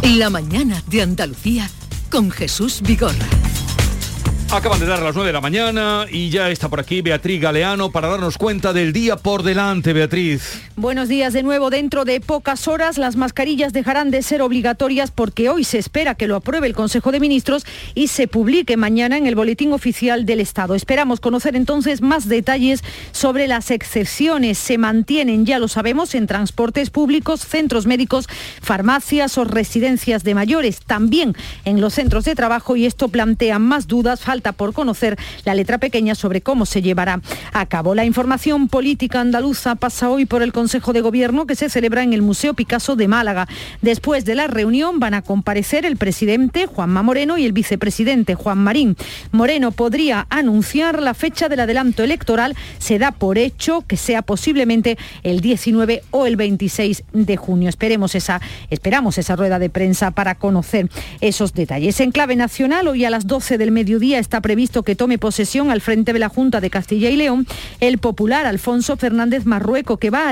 La mañana de Andalucía con Jesús Vigorra. Acaban de dar las 9 de la mañana y ya está por aquí Beatriz Galeano para darnos cuenta del día por delante. Beatriz. Buenos días de nuevo. Dentro de pocas horas las mascarillas dejarán de ser obligatorias porque hoy se espera que lo apruebe el Consejo de Ministros y se publique mañana en el Boletín Oficial del Estado. Esperamos conocer entonces más detalles sobre las excepciones. Se mantienen, ya lo sabemos, en transportes públicos, centros médicos, farmacias o residencias de mayores, también en los centros de trabajo, y esto plantea más dudas. Falta por conocer la letra pequeña sobre cómo se llevará a cabo. La información política andaluza pasa hoy por el Consejo de Gobierno que se celebra en el Museo Picasso de Málaga. Después de la reunión van a comparecer el presidente Juanma Moreno y el vicepresidente Juan Marín. Moreno podría anunciar la fecha del adelanto electoral. Se da por hecho que sea posiblemente el 19 o el 26 de junio. Esperamos esa rueda de prensa para conocer esos detalles. En clave nacional, hoy a las 12 del mediodía está previsto que tome posesión al frente de la Junta de Castilla y León el popular Alfonso Fernández Mañueco, que va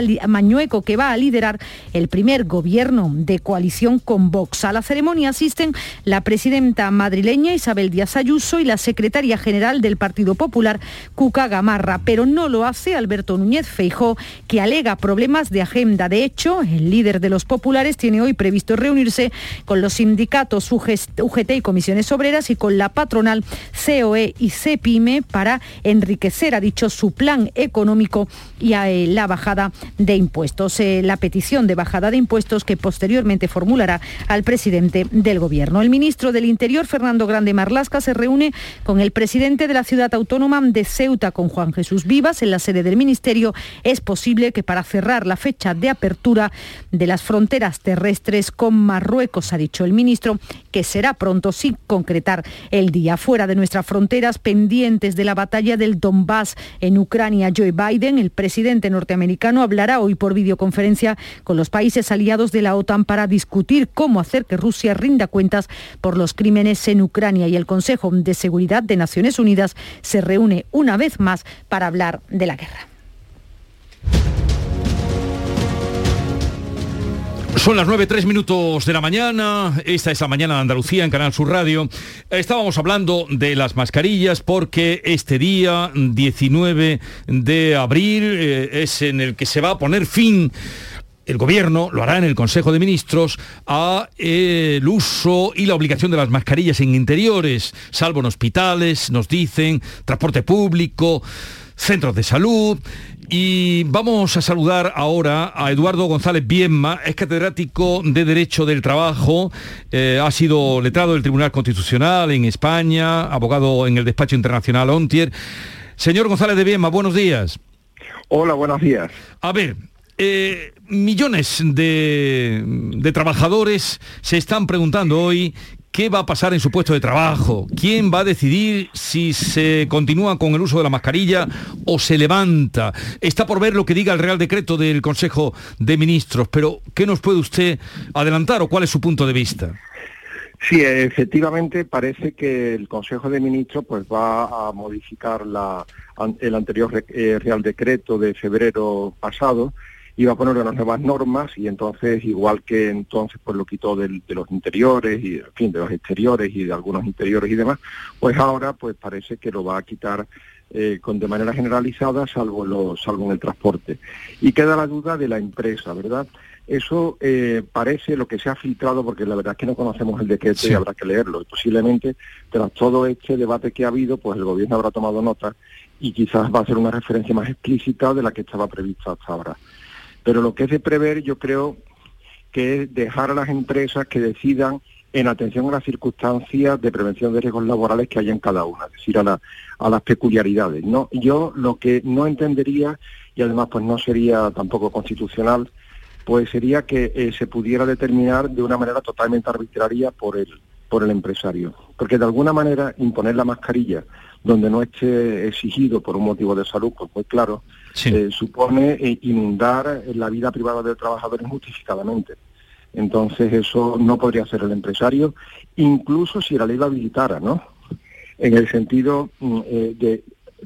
a liderar el primer gobierno de coalición con Vox. A la ceremonia asisten la presidenta madrileña Isabel Díaz Ayuso y la secretaria general del Partido Popular, Cuca Gamarra, pero no lo hace Alberto Núñez Feijóo, que alega problemas de agenda. De hecho, el líder de los populares tiene hoy previsto reunirse con los sindicatos UGT y Comisiones Obreras y con la patronal COE y CEPIME para enriquecer, ha dicho, su plan económico y la bajada de impuestos. La petición de bajada de impuestos que posteriormente formulará al presidente del Gobierno. El ministro del Interior, Fernando Grande Marlaska, se reúne con el presidente de la ciudad autónoma de Ceuta, con Juan Jesús Vivas, en la sede del Ministerio. Es posible que para cerrar la fecha de apertura de las fronteras terrestres con Marruecos, ha dicho el ministro, que será pronto sin concretar el día. Fuera de nuestras fronteras, pendientes de la batalla del Donbass en Ucrania, Joe Biden, el presidente norteamericano, hablará hoy por videoconferencia con los países aliados de la OTAN para discutir cómo hacer que Rusia rinda cuentas por los crímenes en Ucrania, y el Consejo de Seguridad de Naciones Unidas se reúne una vez más para hablar de la guerra. Son las 9:03 de la mañana, esta es la mañana de Andalucía en Canal Sur Radio. Estábamos hablando de las mascarillas porque este día, 19 de abril, es en el que se va a poner fin, el Gobierno lo hará en el Consejo de Ministros, a el uso y la obligación de las mascarillas en interiores, salvo en hospitales, nos dicen, transporte público, centros de salud. Y vamos a saludar ahora a Eduardo González Bienma, es catedrático de Derecho del Trabajo, ha sido letrado del Tribunal Constitucional en España, abogado en el despacho internacional Ontier. Señor González de Bienma, buenos días. Hola, buenos días. A ver, millones de trabajadores se están preguntando hoy ¿qué va a pasar en su puesto de trabajo? ¿Quién va a decidir si se continúa con el uso de la mascarilla o se levanta? Está por ver lo que diga el Real Decreto del Consejo de Ministros, pero ¿qué nos puede usted adelantar o cuál es su punto de vista? Sí, efectivamente parece que el Consejo de Ministros pues va a modificar el anterior Real Decreto de febrero pasado, iba a poner unas nuevas normas y entonces, igual que entonces pues lo quitó de los interiores y, en fin, de los exteriores y de algunos interiores y demás, pues ahora pues parece que lo va a quitar de manera generalizada, salvo en el transporte. Y queda la duda de la empresa, ¿verdad? Eso parece lo que se ha filtrado, porque la verdad es que no conocemos el decreto, sí, y habrá que leerlo. Y posiblemente, tras todo este debate que ha habido, pues el Gobierno habrá tomado nota y quizás va a ser una referencia más explícita de la que estaba prevista hasta ahora. Pero lo que es de prever, yo creo que es dejar a las empresas que decidan en atención a las circunstancias de prevención de riesgos laborales que hay en cada una, es decir, a las peculiaridades. No, yo lo que no entendería, y además pues no sería tampoco constitucional, pues sería que se pudiera determinar de una manera totalmente arbitraria por el empresario. Porque de alguna manera imponer la mascarilla donde no esté exigido por un motivo de salud, pues muy claro, sí, supone inundar la vida privada del trabajador injustificadamente. Entonces eso no podría hacer el empresario, incluso si la ley lo habilitara, ¿no? En el sentido de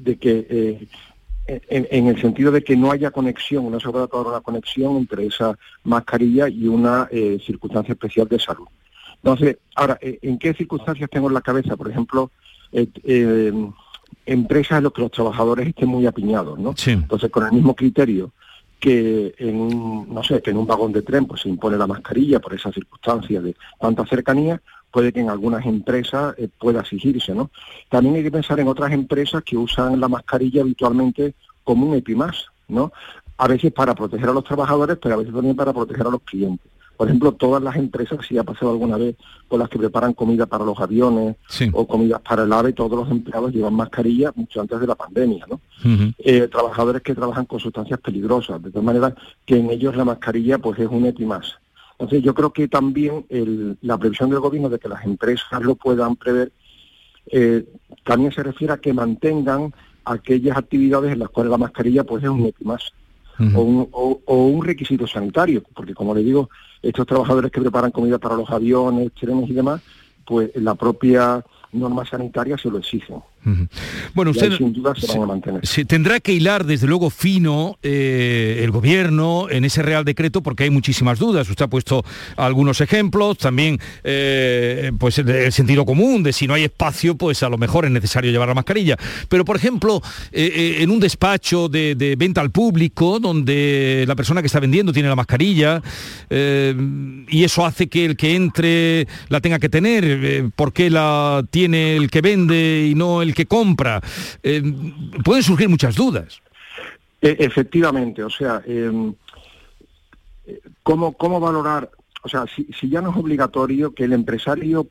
que no haya conexión, no se pueda dar una conexión entre esa mascarilla y una circunstancia especial de salud. Entonces, ahora, ¿en qué circunstancias tengo en la cabeza? Por ejemplo, empresas en las que los trabajadores estén muy apiñados, ¿no? Sí. Entonces, con el mismo criterio que en un vagón de tren pues se impone la mascarilla por esa circunstancia de tanta cercanía, puede que en algunas empresas pueda exigirse, ¿no? También hay que pensar en otras empresas que usan la mascarilla habitualmente como un EPI más, ¿no? A veces para proteger a los trabajadores, pero a veces también para proteger a los clientes. Por ejemplo, todas las empresas, si ha pasado alguna vez, con las que preparan comida para los aviones o comidas para el AVE, todos los empleados llevan mascarilla mucho antes de la pandemia, ¿no? Trabajadores que trabajan con sustancias peligrosas, de tal manera que en ellos la mascarilla pues es un EPI más. Entonces yo creo que también la previsión del gobierno de que las empresas lo puedan prever también se refiere a que mantengan aquellas actividades en las cuales la mascarilla pues es un EPI más. O un requisito sanitario, porque como le digo, estos trabajadores que preparan comida para los aviones, trenes y demás, pues la propia norma sanitaria se lo exigen. Bueno, usted sin duda se van a mantener. Se tendrá que hilar desde luego fino el gobierno en ese Real Decreto, porque hay muchísimas dudas. Usted ha puesto algunos ejemplos, también pues el sentido común de si no hay espacio, pues a lo mejor es necesario llevar la mascarilla. Pero por ejemplo, en un despacho de venta al público, donde la persona que está vendiendo tiene la mascarilla, y eso hace que el que entre la tenga que tener, ¿por qué la tiene el que vende y no el que compra? Pueden surgir muchas dudas. Efectivamente, o sea, ¿cómo valorar? O sea, si ya no es obligatorio que el empresario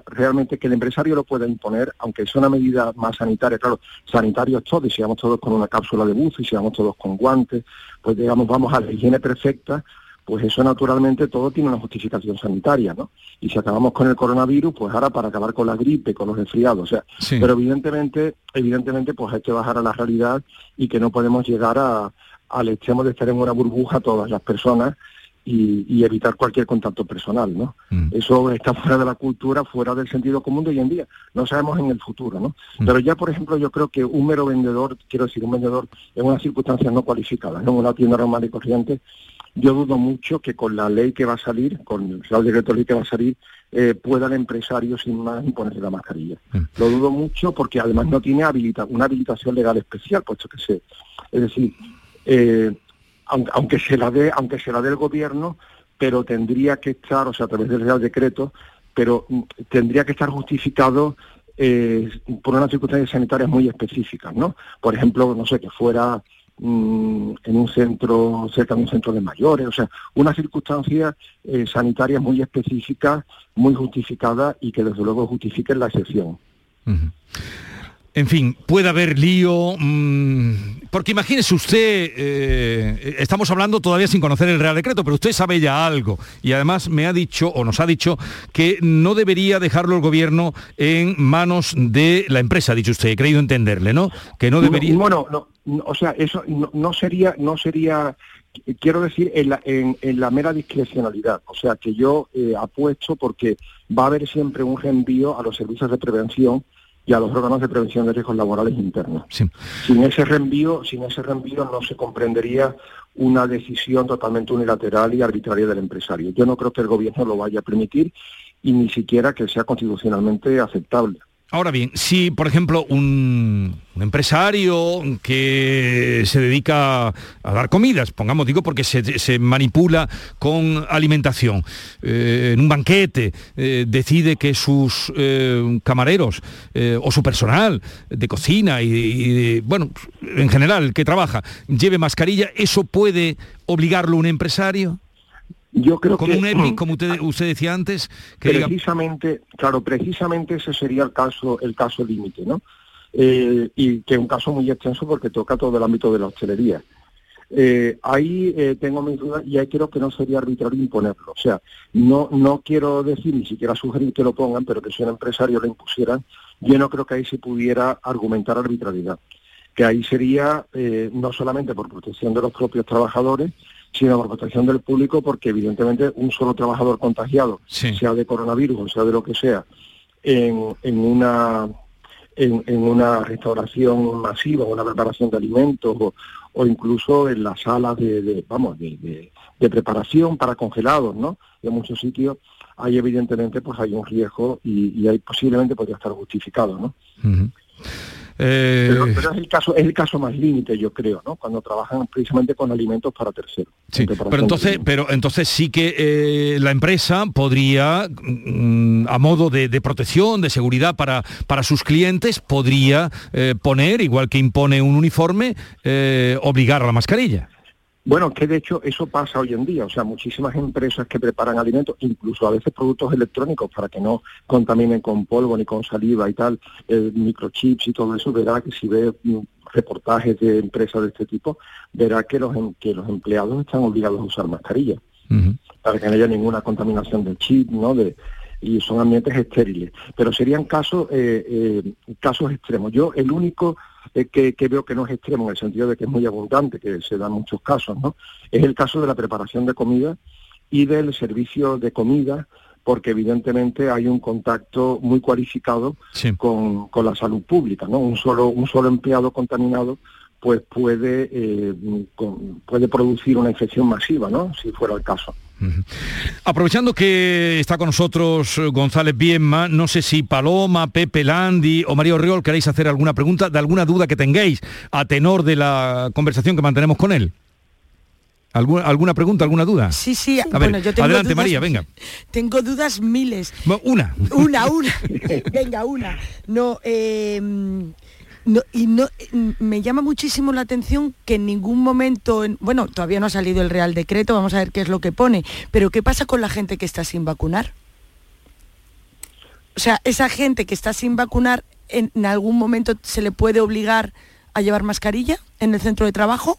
lo pueda imponer, aunque sea una medida más sanitaria, claro, sanitarios todos, y si vamos todos con una cápsula de buzo, y si vamos todos con guantes, pues digamos, vamos a la higiene perfecta, pues eso naturalmente todo tiene una justificación sanitaria, ¿no? Y si acabamos con el coronavirus, pues ahora para acabar con la gripe, con los resfriados, o sea, sí. Pero evidentemente, pues hay que bajar a la realidad y que no podemos llegar al extremo de estar en una burbuja todas las personas y evitar cualquier contacto personal, ¿no? Eso está fuera de la cultura, fuera del sentido común de hoy en día. No sabemos en el futuro, ¿no? Pero ya, por ejemplo, yo creo que un mero vendedor, un vendedor en unas circunstancias no cualificadas, ¿no? En una tienda normal y corriente, yo dudo mucho que con la ley que va a salir, con el Real Decreto Ley que va a salir, pueda el empresario sin más imponerse la mascarilla. Lo dudo mucho porque además no tiene una habilitación legal especial, puesto que es decir, aunque se la dé el gobierno, pero tendría que estar, o sea, a través del Real Decreto, pero tendría que estar justificado por unas circunstancias sanitarias muy específicas, ¿no? Por ejemplo, no sé, que fuera en un centro, cerca de un centro de mayores, o sea, unas circunstancias sanitarias muy específicas, muy justificadas y que desde luego justifiquen la excepción. En fin, puede haber lío, porque imagínese usted, estamos hablando todavía sin conocer el Real Decreto, pero usted sabe ya algo, y además nos ha dicho que no debería dejarlo el gobierno en manos de la empresa, ha dicho usted, he creído entenderle, ¿no? Que no debería... Bueno, no, o sea, eso no sería, quiero decir, en la mera discrecionalidad, o sea, que yo apuesto porque va a haber siempre un reenvío a los servicios de prevención y a los órganos de prevención de riesgos laborales internos. Sí. Sin ese reenvío no se comprendería una decisión totalmente unilateral y arbitraria del empresario. Yo no creo que el gobierno lo vaya a permitir y ni siquiera que sea constitucionalmente aceptable. Ahora bien, si por ejemplo un empresario que se dedica a dar comidas, digo porque se manipula con alimentación, en un banquete decide que sus camareros o su personal de cocina y bueno, en general el que trabaja, lleve mascarilla, ¿eso puede obligarlo un empresario? Yo creo como un EPI, como usted decía antes, que precisamente ese sería el caso límite, ¿no? Y que es un caso muy extenso porque toca todo el ámbito de la hostelería. Ahí tengo mis dudas y ahí creo que no sería arbitrario imponerlo. O sea, no quiero decir ni siquiera sugerir que lo pongan, pero que si un empresario lo impusieran, yo no creo que ahí se pudiera argumentar arbitrariedad. Que ahí sería no solamente por protección de los propios trabajadores, sino por protección del público, porque evidentemente un solo trabajador contagiado, sea de coronavirus o sea de lo que sea, en en una restauración masiva, una preparación de alimentos o incluso en las salas de preparación para congelados, ¿no? Y en muchos sitios hay evidentemente pues hay un riesgo y hay posiblemente podría estar justificado, ¿no? Uh-huh. Pero es el caso más límite, yo creo, ¿no? Cuando trabajan precisamente con alimentos para terceros. Sí, pero entonces sí que la empresa podría, a modo de protección, de seguridad para sus clientes, podría poner, igual que impone un uniforme, obligar a la mascarilla. Bueno, que de hecho eso pasa hoy en día, o sea, muchísimas empresas que preparan alimentos, incluso a veces productos electrónicos para que no contaminen con polvo ni con saliva y tal, microchips y todo eso, verá que si ve reportajes de empresas de este tipo, verá que los empleados están obligados a usar mascarilla, uh-huh, para que no haya ninguna contaminación del chip, ¿no? Y son ambientes estériles, pero serían casos extremos. Yo el único que veo que no es extremo, en el sentido de que es muy abundante, que se dan muchos casos, ¿no? Es el caso de la preparación de comida y del servicio de comida, porque evidentemente hay un contacto muy cualificado, sí, con la salud pública, ¿no? Un solo empleado contaminado pues puede producir una infección masiva, ¿no? Si fuera el caso. Uh-huh. Aprovechando que está con nosotros González Viedma, no sé si Paloma, Pepe Landi o María Orriol queréis hacer alguna pregunta de alguna duda que tengáis a tenor de la conversación que mantenemos con él. ¿Alguna pregunta, alguna duda? Sí. A ver, yo tengo adelante, dudas, María, venga. Tengo dudas miles. Una. Venga, una. Me llama muchísimo la atención que en ningún momento, todavía no ha salido el Real Decreto, vamos a ver qué es lo que pone, pero ¿qué pasa con la gente que está sin vacunar? O sea, esa gente que está sin vacunar, ¿en algún momento se le puede obligar a llevar mascarilla en el centro de trabajo?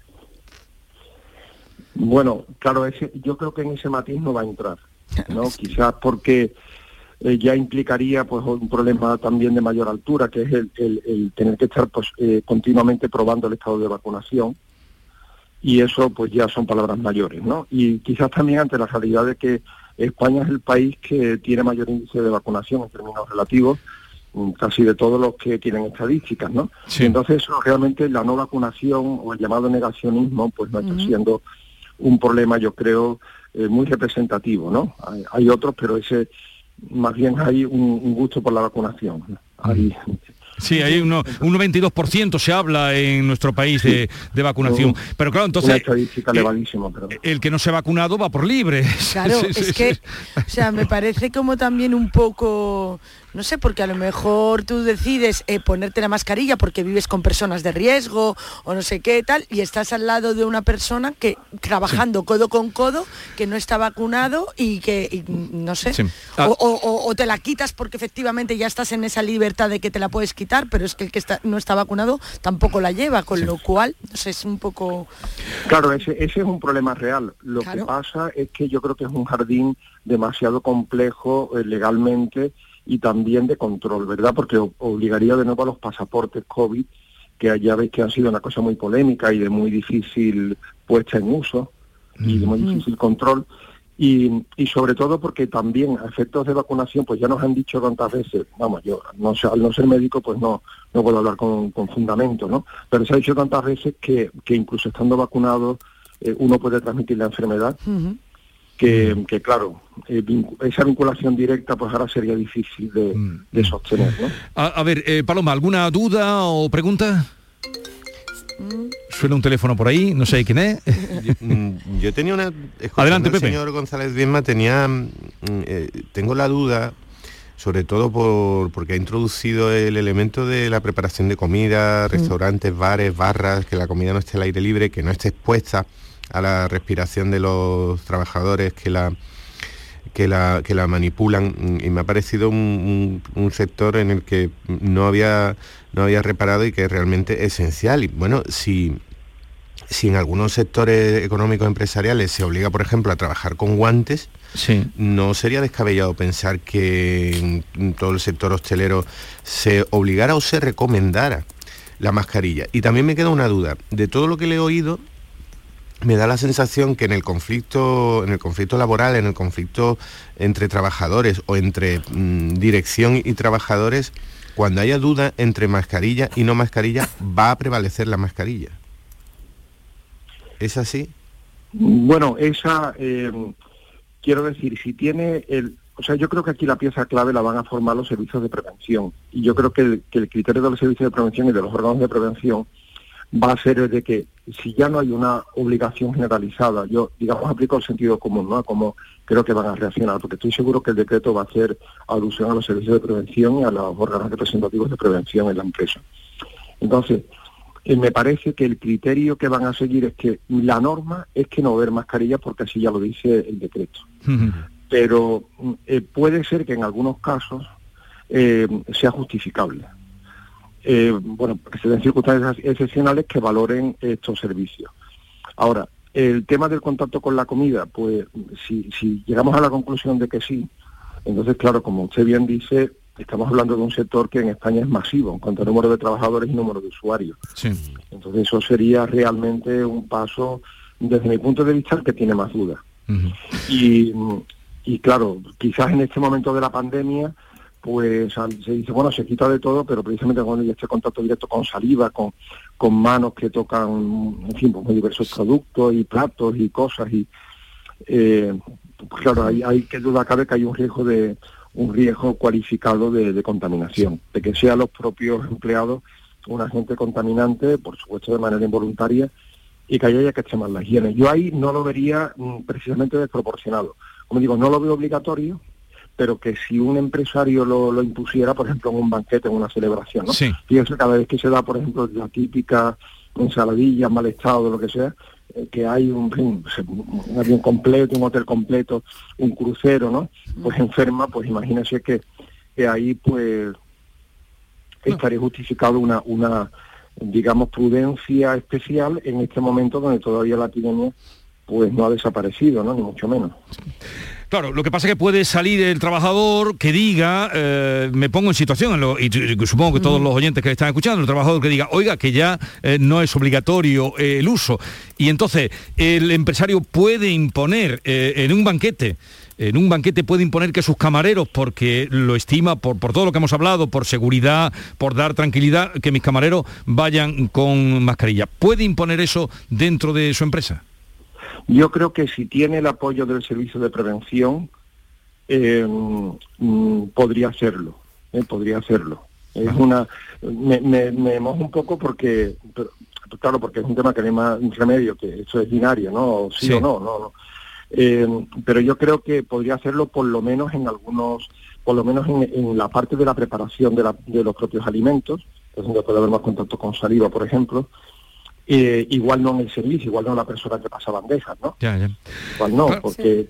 Bueno, claro, yo creo que en ese matiz no va a entrar, ¿no? Quizás porque ya implicaría pues un problema también de mayor altura, que es el tener que estar pues continuamente probando el estado de vacunación, y eso pues ya son palabras mayores, ¿no? Y quizás también ante la realidad de que España es el país que tiene mayor índice de vacunación en términos relativos, casi de todos los que tienen estadísticas, ¿no? Sí. Entonces realmente la no vacunación o el llamado negacionismo pues no está siendo un problema, yo creo, muy representativo, ¿no? Hay otros, pero ese más bien hay un gusto por la vacunación, ¿no? Sí, hay un 92% se habla en nuestro país de vacunación. Pero claro, entonces una estadística elevadísima, pero el que no se ha vacunado va por libre. Claro, o sea, me parece como también un poco, no sé, porque a lo mejor tú decides ponerte la mascarilla porque vives con personas de riesgo o no sé qué tal, y estás al lado de una persona que trabajando codo con codo, que no está vacunado y que, no sé, o te la quitas porque efectivamente ya estás en esa libertad de que te la puedes quitar, pero es que el que no está vacunado tampoco la lleva, con lo cual, no sé, es un poco... Claro, ese es un problema real. Lo que pasa es que yo creo que es un jardín demasiado complejo legalmente y también de control, ¿verdad? Porque obligaría de nuevo a los pasaportes COVID, que ya veis que han sido una cosa muy polémica y de muy difícil puesta en uso y de muy difícil control. Y sobre todo porque también a efectos de vacunación, pues ya nos han dicho tantas veces, yo al no ser médico pues no puedo hablar con fundamento, ¿no? Pero se ha dicho tantas veces que incluso estando vacunado uno puede transmitir la enfermedad, que claro, esa vinculación directa pues ahora sería difícil de sostener, ¿no? A ver, Paloma, ¿alguna duda o pregunta? Suena un teléfono por ahí, no sé quién es. Yo tenía una... Adelante, Pepe. El señor González Viedma tengo la duda, sobre todo porque ha introducido el elemento de la preparación de comida, restaurantes, bares, barras, que la comida no esté al aire libre, que no esté expuesta a la respiración de los trabajadores que la manipulan, y me ha parecido un sector en el que no había reparado y que es realmente esencial. Y bueno, si en algunos sectores económicos empresariales se obliga, por ejemplo, a trabajar con guantes, no sería descabellado pensar que en todo el sector hostelero se obligara o se recomendara la mascarilla. Y también me queda una duda, de todo lo que le he oído, me da la sensación que en el conflicto laboral, en el conflicto entre trabajadores o entre dirección y trabajadores, cuando haya duda entre mascarilla y no mascarilla, va a prevalecer la mascarilla. ¿Es así? Bueno, quiero decir, si tiene yo creo que aquí la pieza clave la van a formar los servicios de prevención. Y yo creo que el criterio de los servicios de prevención y de los órganos de prevención va a ser el de que si ya no hay una obligación generalizada, yo, digamos, aplico el sentido común, ¿no? Como creo que van a reaccionar, porque estoy seguro que el decreto va a hacer alusión a los servicios de prevención y a los órganos representativos de prevención en la empresa. Entonces, me parece que el criterio que van a seguir es que la norma es que no va a haber mascarillas, porque así ya lo dice el decreto. Pero puede ser que en algunos casos sea justificable. Porque se den circunstancias excepcionales que valoren estos servicios. Ahora, el tema del contacto con la comida, pues si llegamos a la conclusión de que sí, entonces claro, como usted bien dice, estamos hablando de un sector que en España es masivo en cuanto a número de trabajadores y número de usuarios. Sí. Entonces eso sería realmente un paso, desde mi punto de vista, el que tiene más dudas. Uh-huh. Y claro, quizás en este momento de la pandemia, pues se dice, bueno, se quita de todo, pero precisamente cuando hay este contacto directo con saliva, con manos que tocan, en fin, pues muy diversos productos y platos y cosas, y pues claro, hay que duda cabe que hay un riesgo cualificado de contaminación, de que sean los propios empleados un agente contaminante, por supuesto de manera involuntaria, y que haya que extremar la higiene. Yo ahí no lo vería precisamente desproporcionado. Como digo, no lo veo obligatorio, pero que si un empresario lo impusiera, por ejemplo, en un banquete, en una celebración, ¿no? Sí. Fíjese, cada vez que se da, por ejemplo, la típica ensaladilla, mal estado, lo que sea, que hay un avión completo, un hotel completo, un crucero, ¿no? Pues enferma, pues imagínese que ahí, pues, estaría justificado una digamos, prudencia especial en este momento donde todavía la epidemia, pues, no ha desaparecido, ¿no? Ni mucho menos. Claro, lo que pasa es que puede salir el trabajador que diga, me pongo en situación, y supongo que todos los oyentes que están escuchando, el trabajador que diga, oiga, que ya no es obligatorio el uso. Y entonces el empresario puede imponer en un banquete puede imponer que sus camareros, porque lo estima, por todo lo que hemos hablado, por seguridad, por dar tranquilidad, que mis camareros vayan con mascarilla. ¿Puede imponer eso dentro de su empresa? Yo creo que si tiene el apoyo del servicio de prevención, podría hacerlo. Podría hacerlo. Es me mojo un poco porque es un tema que no hay más remedio, que eso es binario, ¿no? Sí o no. Pero yo creo que podría hacerlo por lo menos en la parte de la preparación de los propios alimentos, es donde puede haber más contacto con saliva, por ejemplo. Igual no en el servicio, igual no la persona que pasa bandejas, ¿no? Ya. Igual no, porque,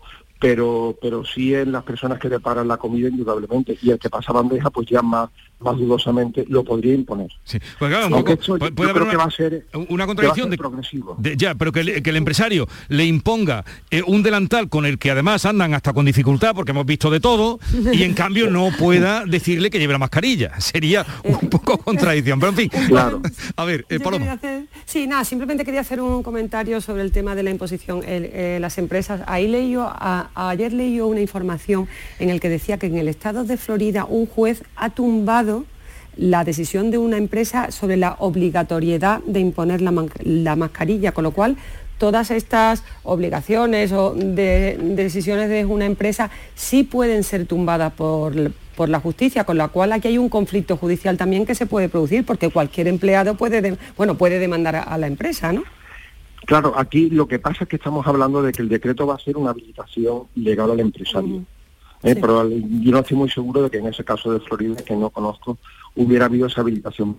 pero sí en las personas que preparan la comida, indudablemente, y el que pasa bandeja, pues ya más dudosamente lo podría imponer. Sí. Pues claro, puede haber que va a ser una contradicción progresivo. Pero que el empresario le imponga un delantal con el que además andan hasta con dificultad, porque hemos visto de todo, y en cambio no pueda decirle que lleve la mascarilla. Sería un poco contradicción, pero en fin. Claro. A ver, Paloma. Simplemente quería hacer un comentario sobre el tema de la imposición. Las empresas, ayer leí yo una información en el que decía que en el estado de Florida un juez ha tumbado la decisión de una empresa sobre la obligatoriedad de imponer la mascarilla, con lo cual todas estas obligaciones o de decisiones de una empresa sí pueden ser tumbadas por la justicia, con la cual aquí hay un conflicto judicial también que se puede producir, porque cualquier empleado puede demandar a la empresa, ¿no? Claro, aquí lo que pasa es que estamos hablando de que el decreto va a ser una habilitación legal al empresario. Sí. Pero yo no estoy muy seguro de que en ese caso de Florida, que no conozco, hubiera habido esa habilitación.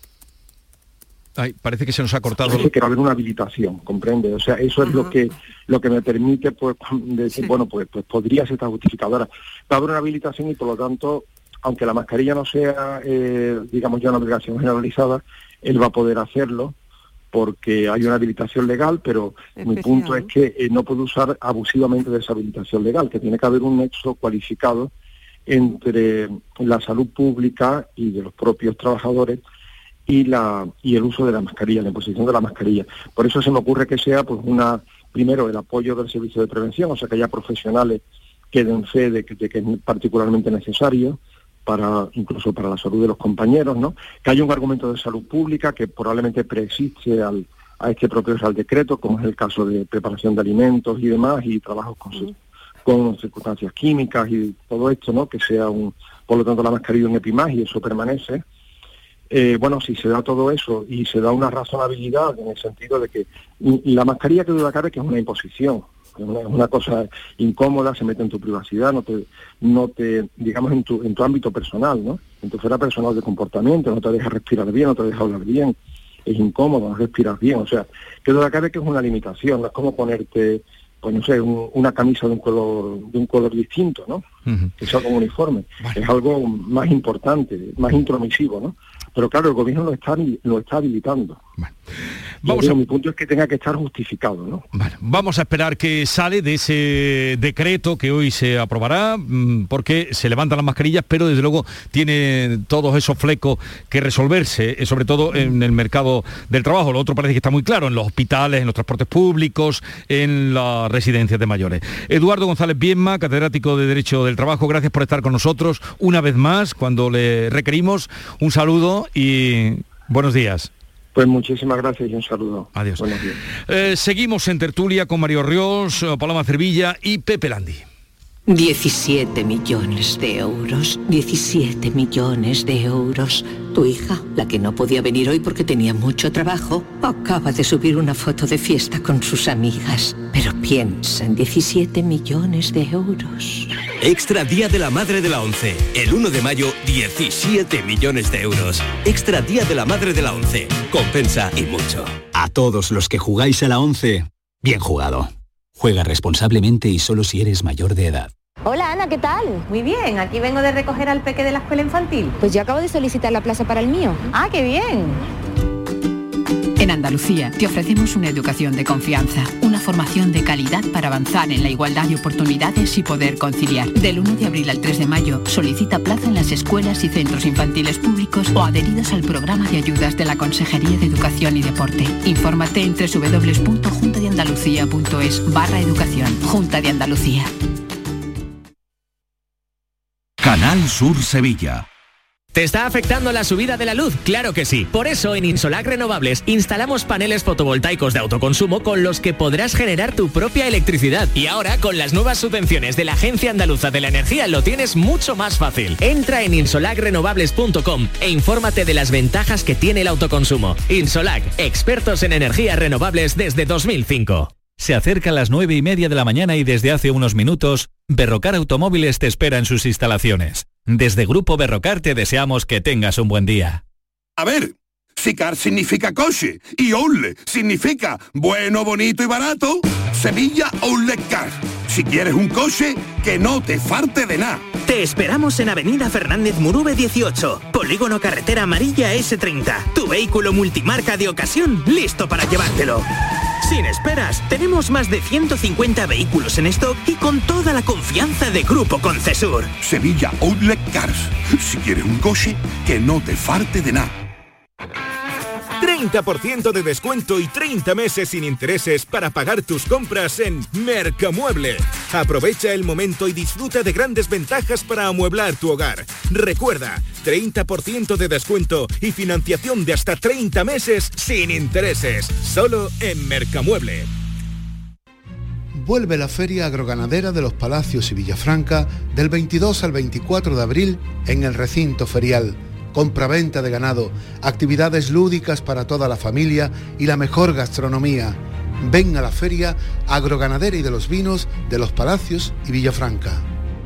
Ay, parece que se nos ha cortado. Parece que va a haber una habilitación, ¿comprende? O sea, eso es lo que me permite, pues, decir, bueno, pues podría ser esta justificadora. Va a haber una habilitación y, por lo tanto, aunque la mascarilla no sea, digamos, ya una obligación generalizada, él va a poder hacerlo, porque hay una habilitación legal, pero mi punto es que no puede usar abusivamente de esa habilitación legal, que tiene que haber un nexo cualificado entre la salud pública y de los propios trabajadores y el uso de la mascarilla, la imposición de la mascarilla. Por eso se me ocurre que sea, pues, primero el apoyo del servicio de prevención, o sea, que haya profesionales que den fe de que es particularmente necesario, incluso para la salud de los compañeros, ¿no? Que haya un argumento de salud pública que probablemente preexiste a este propio Real Decreto, como es el caso de preparación de alimentos y demás, y trabajos con circunstancias químicas y todo esto, ¿no? Que sea por lo tanto la mascarilla un EPI+, y eso permanece. Bueno, si se da todo eso y se da una razonabilidad en el sentido de que la mascarilla, que duda cabe, que es una imposición, es una cosa incómoda, se mete en tu privacidad, no te digamos en tu ámbito personal, ¿no? En tu esfera personal de comportamiento, no te deja respirar bien, no te deja hablar bien, es incómodo, no respiras bien, o sea, que duda cabe que es una limitación, no es como ponerte, pues no sé, una camisa de un color distinto, ¿no? Que sea como uniforme. Vale. Es algo más importante, más intromisivo, ¿no? Pero claro, el gobierno lo está habilitando. Vale. Mi punto es que tenga que estar justificado, ¿no? Vale. Vamos a esperar que sale de ese decreto que hoy se aprobará, porque se levantan las mascarillas, pero desde luego tiene todos esos flecos que resolverse, sobre todo en el mercado del trabajo. Lo otro parece que está muy claro, en los hospitales, en los transportes públicos, en las residencias de mayores. Eduardo González Viedma, catedrático de Derecho del Trabajo, gracias por estar con nosotros una vez más cuando le requerimos. Un saludo y buenos días. Pues muchísimas gracias y un saludo. Adiós. Buenos días. Seguimos en tertulia con Mario Ríos, Paloma Cervilla y Pepe Landi. 17 millones de euros, 17 millones de euros. Tu hija, la que no podía venir hoy porque tenía mucho trabajo, acaba de subir una foto de fiesta con sus amigas. Pero piensa en 17 millones de euros. Extra Día de la Madre de la ONCE. El 1 de mayo, 17 millones de euros. Extra Día de la Madre de la ONCE. Compensa y mucho. A todos los que jugáis a la ONCE, bien jugado. Juega responsablemente y solo si eres mayor de edad. Hola Ana, ¿qué tal? Muy bien, aquí vengo de recoger al peque de la escuela infantil. Pues yo acabo de solicitar la plaza para el mío. Ah, qué bien. En Andalucía te ofrecemos una educación de confianza, una formación de calidad para avanzar en la igualdad de oportunidades y poder conciliar. Del 1 de abril al 3 de mayo solicita plaza en las escuelas y centros infantiles públicos o adheridos al programa de ayudas de la Consejería de Educación y Deporte. Infórmate en www.juntadeandalucía.es/educación. Junta de Andalucía. Canal Sur Sevilla. ¿Te está afectando la subida de la luz? Claro que sí. Por eso en Insolac Renovables instalamos paneles fotovoltaicos de autoconsumo con los que podrás generar tu propia electricidad. Y ahora, con las nuevas subvenciones de la Agencia Andaluza de la Energía, lo tienes mucho más fácil. Entra en insolacrenovables.com e infórmate de las ventajas que tiene el autoconsumo. Insolac, expertos en energías renovables desde 2005. Se acercan las 9:30 de la mañana y desde hace unos minutos, Berrocar Automóviles te espera en sus instalaciones. Desde Grupo Berrocar te deseamos que tengas un buen día. A ver, si car significa coche y outlet significa bueno, bonito y barato, Sevilla Outlet Car. Si quieres un coche, que no te falte de nada. Te esperamos en Avenida Fernández Murube 18, Polígono Carretera Amarilla S30. Tu vehículo multimarca de ocasión listo para llevártelo. Sin esperas, tenemos más de 150 vehículos en stock y con toda la confianza de Grupo Concesur. Sevilla Outlet Cars. Si quieres un coche, que no te falte de nada. 30% de descuento y 30 meses sin intereses para pagar tus compras en Mercamueble. Aprovecha el momento y disfruta de grandes ventajas para amueblar tu hogar. Recuerda, 30% de descuento y financiación de hasta 30 meses sin intereses. Solo en Mercamueble. Vuelve la Feria Agroganadera de los Palacios y Villafranca del 22 al 24 de abril en el recinto ferial. Compraventa de ganado, actividades lúdicas para toda la familia y la mejor gastronomía. Ven a la Feria Agroganadera y de los Vinos de los Palacios y Villafranca.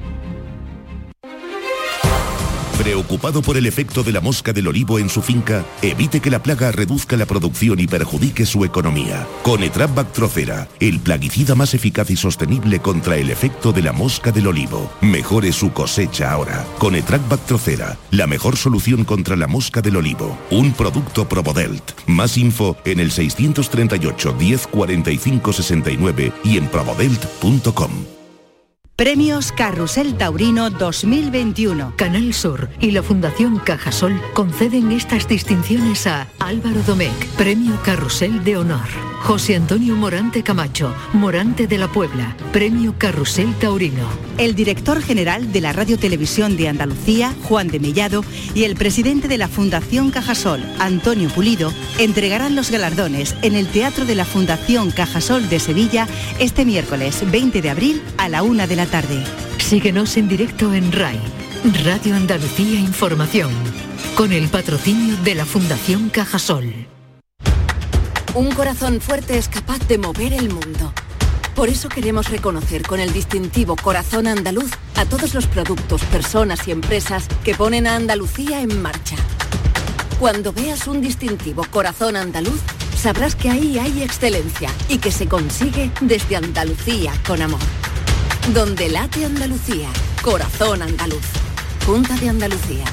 ¿Preocupado por el efecto de la mosca del olivo en su finca? Evite que la plaga reduzca la producción y perjudique su economía. Con Etrap Bactrocera, el plaguicida más eficaz y sostenible contra el efecto de la mosca del olivo. Mejore su cosecha ahora. Con Etrap Bactrocera, la mejor solución contra la mosca del olivo. Un producto Probodelt. Más info en el 638 10 45 69 y en probodelt.com. Premios Carrusel Taurino 2021. Canal Sur y la Fundación Cajasol conceden estas distinciones a Álvaro Domecq, Premio Carrusel de Honor. José Antonio Morante Camacho, Morante de la Puebla, Premio Carrusel Taurino. El director general de la Radio Televisión de Andalucía, Juan de Mellado, y el presidente de la Fundación Cajasol, Antonio Pulido, entregarán los galardones en el Teatro de la Fundación Cajasol de Sevilla este miércoles 20 de abril a la 1 de la tarde. Síguenos en directo en RAI, Radio Andalucía Información, con el patrocinio de la Fundación Cajasol. Un corazón fuerte es capaz de mover el mundo. Por eso queremos reconocer con el distintivo Corazón Andaluz a todos los productos, personas y empresas que ponen a Andalucía en marcha. Cuando veas un distintivo Corazón Andaluz, sabrás que ahí hay excelencia y que se consigue desde Andalucía con amor. Donde late Andalucía, Corazón Andaluz. Junta de Andalucía.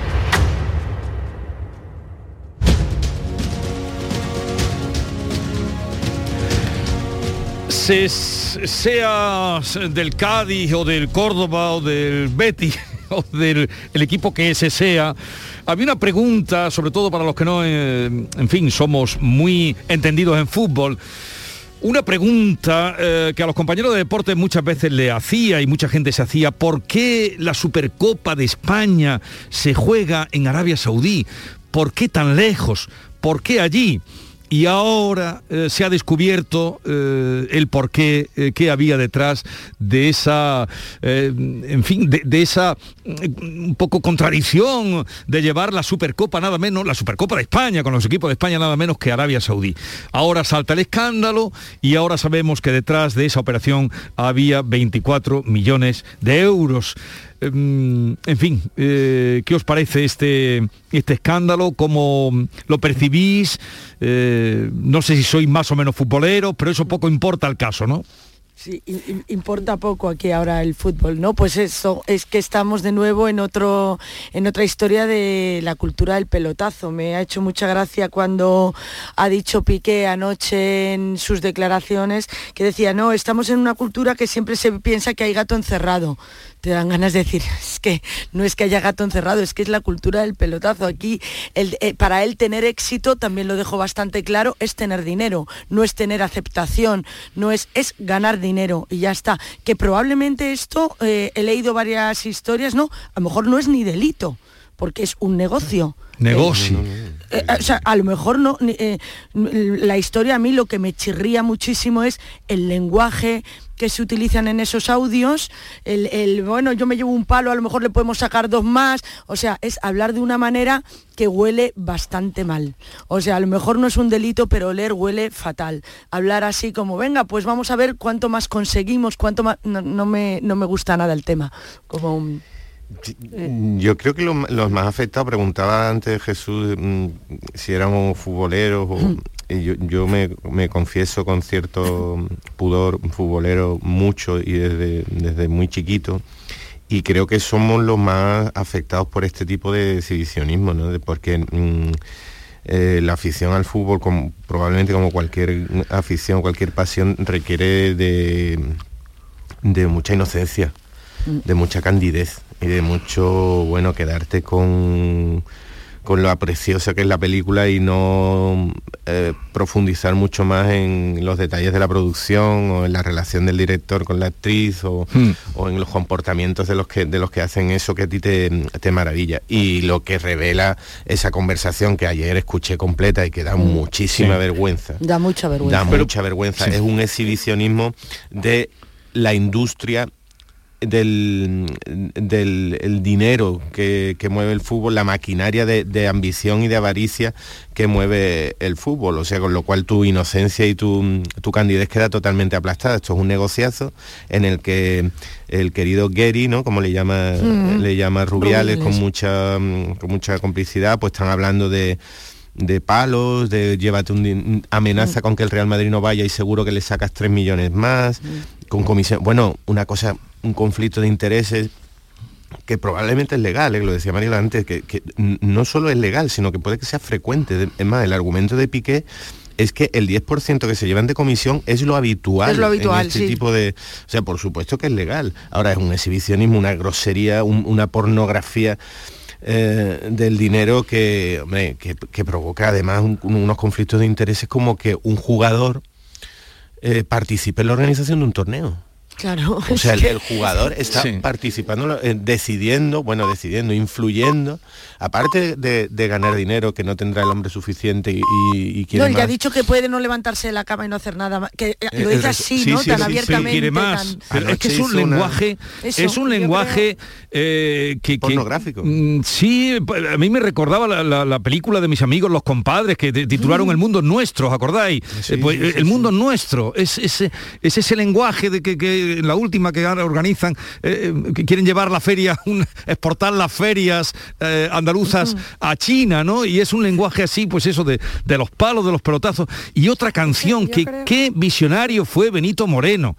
Seas del Cádiz o del Córdoba o del Betis o del el equipo que ese sea, había una pregunta, sobre todo para los que no, en fin, somos muy entendidos en fútbol. Una pregunta que a los compañeros de deporte muchas veces le hacía y mucha gente se hacía: ¿por qué la Supercopa de España se juega en Arabia Saudí? ¿Por qué tan lejos? ¿Por qué allí? Y ahora se ha descubierto el porqué que había detrás de esa, en fin, de esa un poco contradicción de llevar la Supercopa nada menos, la Supercopa de España con los equipos de España nada menos que Arabia Saudí. Ahora salta el escándalo y ahora sabemos que detrás de esa operación había 24 millones de euros. En fin, ¿qué os parece este escándalo? ¿Cómo lo percibís? No sé si sois más o menos futboleros, pero eso poco importa el caso, ¿no? Sí, importa poco aquí ahora el fútbol, ¿no? Pues eso, es que estamos de nuevo en otra historia de la cultura del pelotazo. Me ha hecho mucha gracia cuando ha dicho Piqué anoche en sus declaraciones, que decía, no, estamos en una cultura que siempre se piensa que hay gato encerrado. Te dan ganas de decir, es que no es que haya gato encerrado, es que es la cultura del pelotazo. Aquí, para él tener éxito, también lo dejó bastante claro, es tener dinero, no es tener aceptación, no es ganar dinero y ya está. Que probablemente esto, he leído varias historias, ¿no? A lo mejor no es ni delito, porque es un negocio. Negocio. O sea, a lo mejor no. La historia, a mí lo que me chirría muchísimo es el lenguaje que se utilizan en esos audios, bueno, yo me llevo un palo, a lo mejor le podemos sacar 2 más, o sea, es hablar de una manera que huele bastante mal. O sea, a lo mejor no es un delito, pero oler huele fatal. Hablar así como, venga, pues vamos a ver cuánto más conseguimos, cuánto más... No me gusta nada el tema. Como yo creo que los más afectados, preguntaba antes Jesús si éramos futboleros o... Y yo me confieso con cierto pudor futbolero mucho y desde muy chiquito, y creo que somos los más afectados por este tipo de exhibicionismo, ¿no? Porque la afición al fútbol, probablemente como cualquier afición, cualquier pasión, requiere de mucha inocencia, de mucha candidez y de mucho, bueno, quedarte con lo preciosa que es la película y no profundizar mucho más en los detalles de la producción o en la relación del director con la actriz o en los comportamientos de los que hacen eso que a ti te maravilla. Y lo que revela esa conversación que ayer escuché completa y que da muchísima vergüenza. Da mucha vergüenza. Da mucha vergüenza. Sí. Es un exhibicionismo de la industria del dinero que mueve el fútbol, la maquinaria de ambición y de avaricia que mueve el fútbol, o sea, con lo cual tu inocencia y tu candidez queda totalmente aplastada. Esto es un negociazo en el que el querido Gary, ¿no?, como le llama Rubiales, con mucha complicidad, pues están hablando de palos, de llévate amenaza con que el Real Madrid no vaya y seguro que le sacas 3 millones más, con comisión. Bueno, un conflicto de intereses que probablemente es legal, lo decía Mariela antes, que no solo es legal, sino que puede que sea frecuente. Es más, el argumento de Piqué es que el 10% que se llevan de comisión es lo habitual en este tipo de... O sea, por supuesto que es legal. Ahora es un exhibicionismo, una grosería, una pornografía del dinero que provoca además unos conflictos de intereses, como que un jugador participe en la organización de un torneo. Claro. O sea, el jugador está participando, decidiendo, influyendo, aparte de ganar dinero, que no tendrá el hombre suficiente y quiere no, él más. ya ha dicho que puede no levantarse de la cama y no hacer nada más, que lo dice así, ¿no? Tan abiertamente. Quiere más. Pero es que es un lenguaje, que pornográfico. Sí, a mí me recordaba la película de mis amigos los compadres, que titularon El mundo nuestro, ¿os acordáis? El mundo nuestro, es ese lenguaje de que la última que ahora organizan, que quieren llevar la feria, exportar las ferias andaluzas a China, ¿no? Y es un lenguaje así, pues eso de los palos, de los pelotazos. Y otra canción, qué visionario fue Benito Moreno,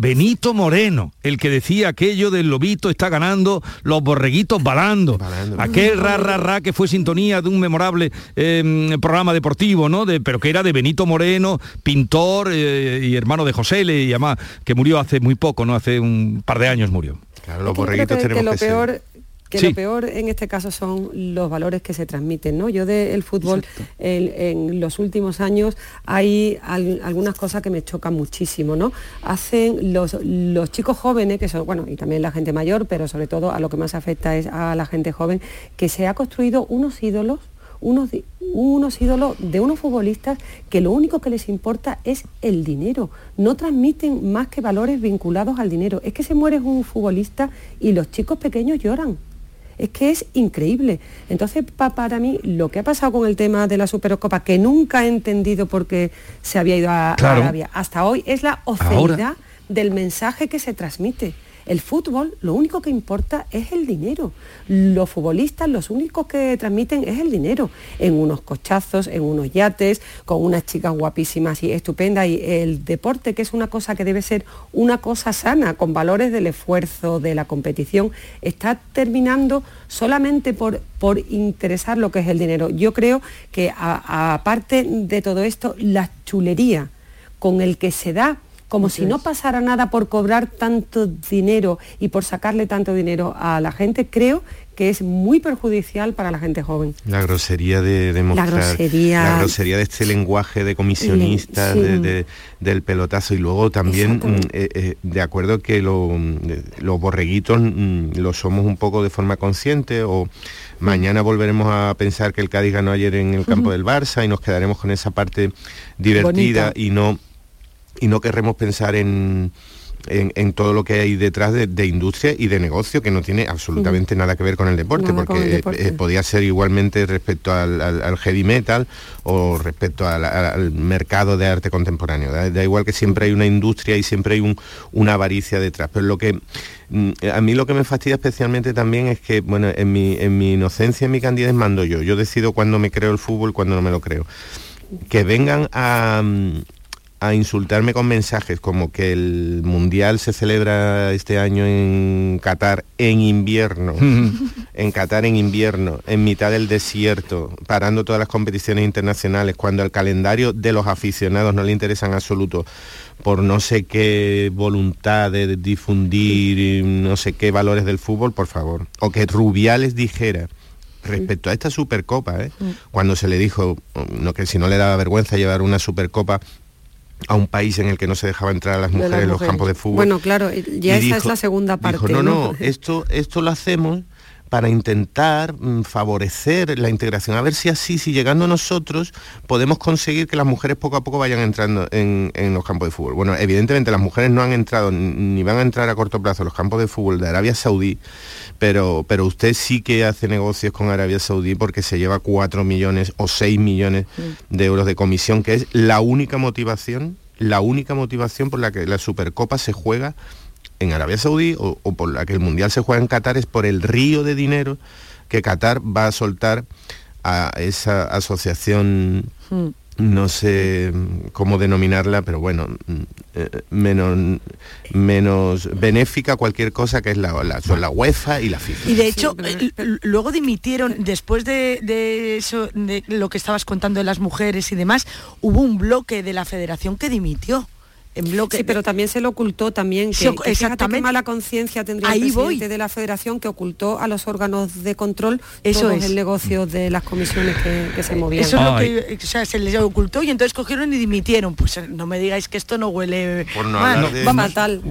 el que decía aquello del lobito está ganando, los borreguitos balando. Aquel ra que fue sintonía de un memorable programa deportivo, ¿no? Pero que era de Benito Moreno, pintor y hermano de José L, y además que murió hace muy poco, ¿no? Hace un par de años murió. Claro, los borreguitos tenemos que ser. Lo peor en este caso son los valores que se transmiten, ¿no? Yo del fútbol en los últimos años hay algunas cosas que me chocan muchísimo, ¿no? Hacen los chicos jóvenes, que son, bueno, y también la gente mayor, pero sobre todo a lo que más afecta es a la gente joven, que se ha construido unos ídolos de unos futbolistas que lo único que les importa es el dinero. No transmiten más que valores vinculados al dinero. Es que se muere un futbolista y los chicos pequeños lloran. Es que es increíble. Entonces, para mí, lo que ha pasado con el tema de la Supercopa, que nunca he entendido por qué se había ido a Arabia hasta hoy, es la obscenidad del mensaje que se transmite. El fútbol, lo único que importa es el dinero. Los futbolistas, los únicos que transmiten es el dinero. En unos cochazos, en unos yates, con unas chicas guapísimas y estupendas. Y el deporte, que es una cosa que debe ser una cosa sana, con valores del esfuerzo, de la competición, está terminando solamente por interesar lo que es el dinero. Yo creo que aparte de todo esto, la chulería con el que se da, como si no pasara nada por cobrar tanto dinero y por sacarle tanto dinero a la gente, creo que es muy perjudicial para la gente joven. La grosería de demostrar, la grosería de este lenguaje de comisionistas, del pelotazo, y luego también de acuerdo que los borreguitos lo somos un poco de forma consciente, o mañana volveremos a pensar que el Cádiz ganó ayer en el campo del Barça y nos quedaremos con esa parte divertida y no querremos pensar en todo lo que hay detrás de industria y de negocio, que no tiene absolutamente nada que ver con el deporte, porque podía ser igualmente respecto al heavy metal o respecto al mercado de arte contemporáneo. Da igual que siempre hay una industria y siempre hay una avaricia detrás. Pero a mí lo que me fastidia especialmente también es que, bueno, en mi inocencia, en mi candidez mando yo. Yo decido cuándo me creo el fútbol y cuándo no me lo creo. Que vengan a insultarme con mensajes como que el Mundial se celebra este año en Qatar en invierno, en mitad del desierto, parando todas las competiciones internacionales, cuando el calendario de los aficionados no le interesa en absoluto, por no sé qué voluntad de difundir no sé qué valores del fútbol, por favor. O que Rubiales dijera respecto a esta Supercopa, cuando se le dijo que si no le daba vergüenza llevar una Supercopa a un país en el que no se dejaba entrar a las mujeres en los campos de fútbol. Bueno, claro, ya esa es la segunda parte. Dijo, no, esto lo hacemos para intentar favorecer la integración, a ver si llegando nosotros podemos conseguir que las mujeres poco a poco vayan entrando en los campos de fútbol. Bueno, evidentemente las mujeres no han entrado ni van a entrar a corto plazo en los campos de fútbol de Arabia Saudí, pero usted sí que hace negocios con Arabia Saudí porque se lleva 4 millones o 6 millones de euros de comisión, que es la única motivación por la que la Supercopa se juega en Arabia Saudí o por la que el Mundial se juega en Qatar, es por el río de dinero que Qatar va a soltar a esa asociación, no sé cómo denominarla, pero bueno, menos benéfica a cualquier cosa, que es son la UEFA y la FIFA. Y de hecho, luego dimitieron, después de eso, de lo que estabas contando de las mujeres y demás, hubo un bloque de la federación que dimitió. en bloque. Sí, pero también se lo ocultó también, que fíjate qué mala conciencia tendría el presidente de la Federación, que ocultó a los órganos de control todo el negocio de las comisiones que se movían. Eso es lo que, o sea, se les ocultó y entonces cogieron y dimitieron. Pues no me digáis que esto no huele mal. Fatal.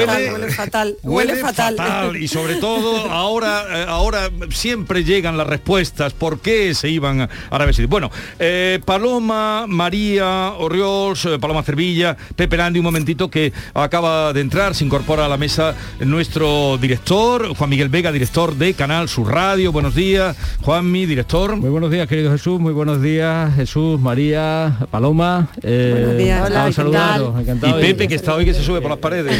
Huele fatal. Y sobre todo ahora siempre llegan las respuestas por qué se iban a Arabia Saudí. Bueno, Paloma, María Orriols, Paloma Cervilla, Pepe Landi, un momentito, que acaba de entrar, se incorpora a la mesa nuestro director, Juan Miguel Vega, director de Canal Sur Radio. Buenos días, Juanmi, director. Muy buenos días, querido Jesús, muy buenos días, Jesús, María, Paloma. Buenos días. Hola, encantado. Y Pepe, que está hoy que se sube por las paredes.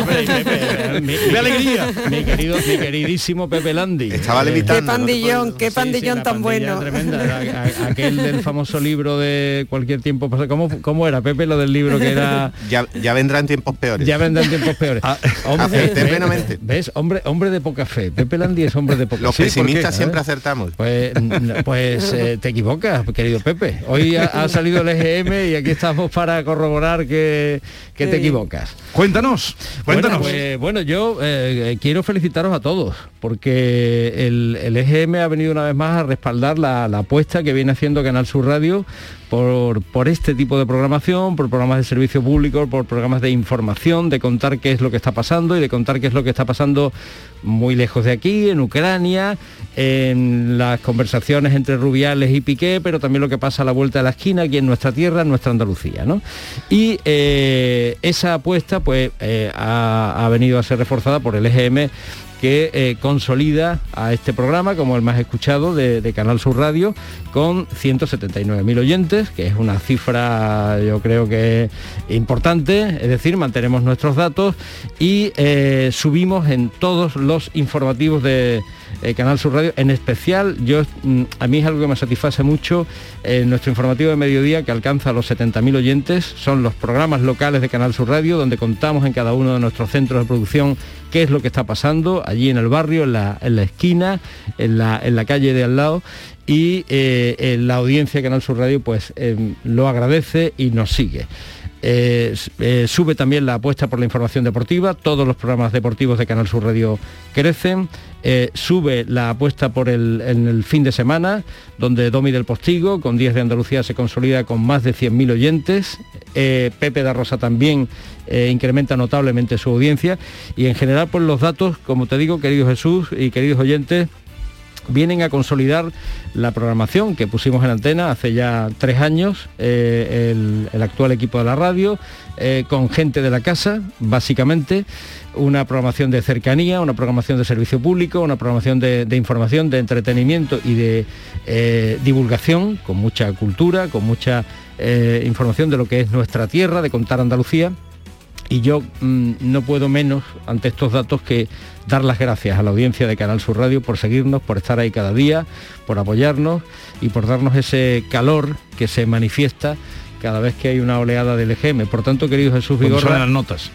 ¡Qué alegría! Mi queridísimo Pepe Landi. Estaba levitando. Qué pandillón tan bueno. Tremenda. Aquel del famoso libro de Cualquier tiempo pasa. ¿Cómo era, Pepe, lo del libro que era? Ya vendrán tiempos peores. Ya vendrán tiempos peores. Plenamente. ¿Ves? Hombre de poca fe. Pepe Landi es hombre de poca fe. Los pesimistas siempre acertamos. Pues te equivocas, querido Pepe. Hoy ha salido el EGM y aquí estamos para corroborar que te equivocas. Cuéntanos. Bueno, yo quiero felicitaros a todos, porque el EGM ha venido una vez más a respaldar la apuesta que viene haciendo Canal Sur Radio por este tipo de programación, por programas de servicio público, por programas de información, de contar qué es lo que está pasando y de contar qué es lo que está pasando muy lejos de aquí, en Ucrania, en las conversaciones entre Rubiales y Piqué, pero también lo que pasa a la vuelta de la esquina, aquí en nuestra tierra, en nuestra Andalucía, ¿no? Y esa apuesta pues ha venido a ser reforzada por el EGM, que consolida a este programa como el más escuchado de Canal Sur Radio, con 179.000 oyentes, que es una cifra yo creo que importante. Es decir, mantenemos nuestros datos y subimos en todos los informativos de Canal Sur Radio. En especial, a mí es algo que me satisface mucho, nuestro informativo de mediodía, que alcanza los 70.000 oyentes. Son los programas locales de Canal Sur Radio, donde contamos en cada uno de nuestros centros de producción qué es lo que está pasando allí en el barrio, en la esquina, en la calle de al lado, y la audiencia de Canal Sur Radio pues lo agradece y nos sigue. Sube también la apuesta por la información deportiva, todos los programas deportivos de Canal Sur Radio crecen. Sube la apuesta en el fin de semana, donde Domi del Postigo, con 10 de Andalucía, se consolida con más de 100.000 oyentes. Pepe da Rosa también incrementa notablemente su audiencia, y en general pues los datos, como te digo, querido Jesús y queridos oyentes, vienen a consolidar la programación que pusimos en antena hace ya 3 años, el actual equipo de la radio, con gente de la casa, básicamente, una programación de cercanía, una programación de servicio público, una programación de información, de entretenimiento y de divulgación, con mucha cultura, con mucha información de lo que es nuestra tierra, de contar Andalucía. Y yo no puedo menos, ante estos datos, que dar las gracias a la audiencia de Canal Sur Radio por seguirnos, por estar ahí cada día, por apoyarnos y por darnos ese calor que se manifiesta cada vez que hay una oleada del EGM. Por tanto, querido Jesús Vigorra, las notas.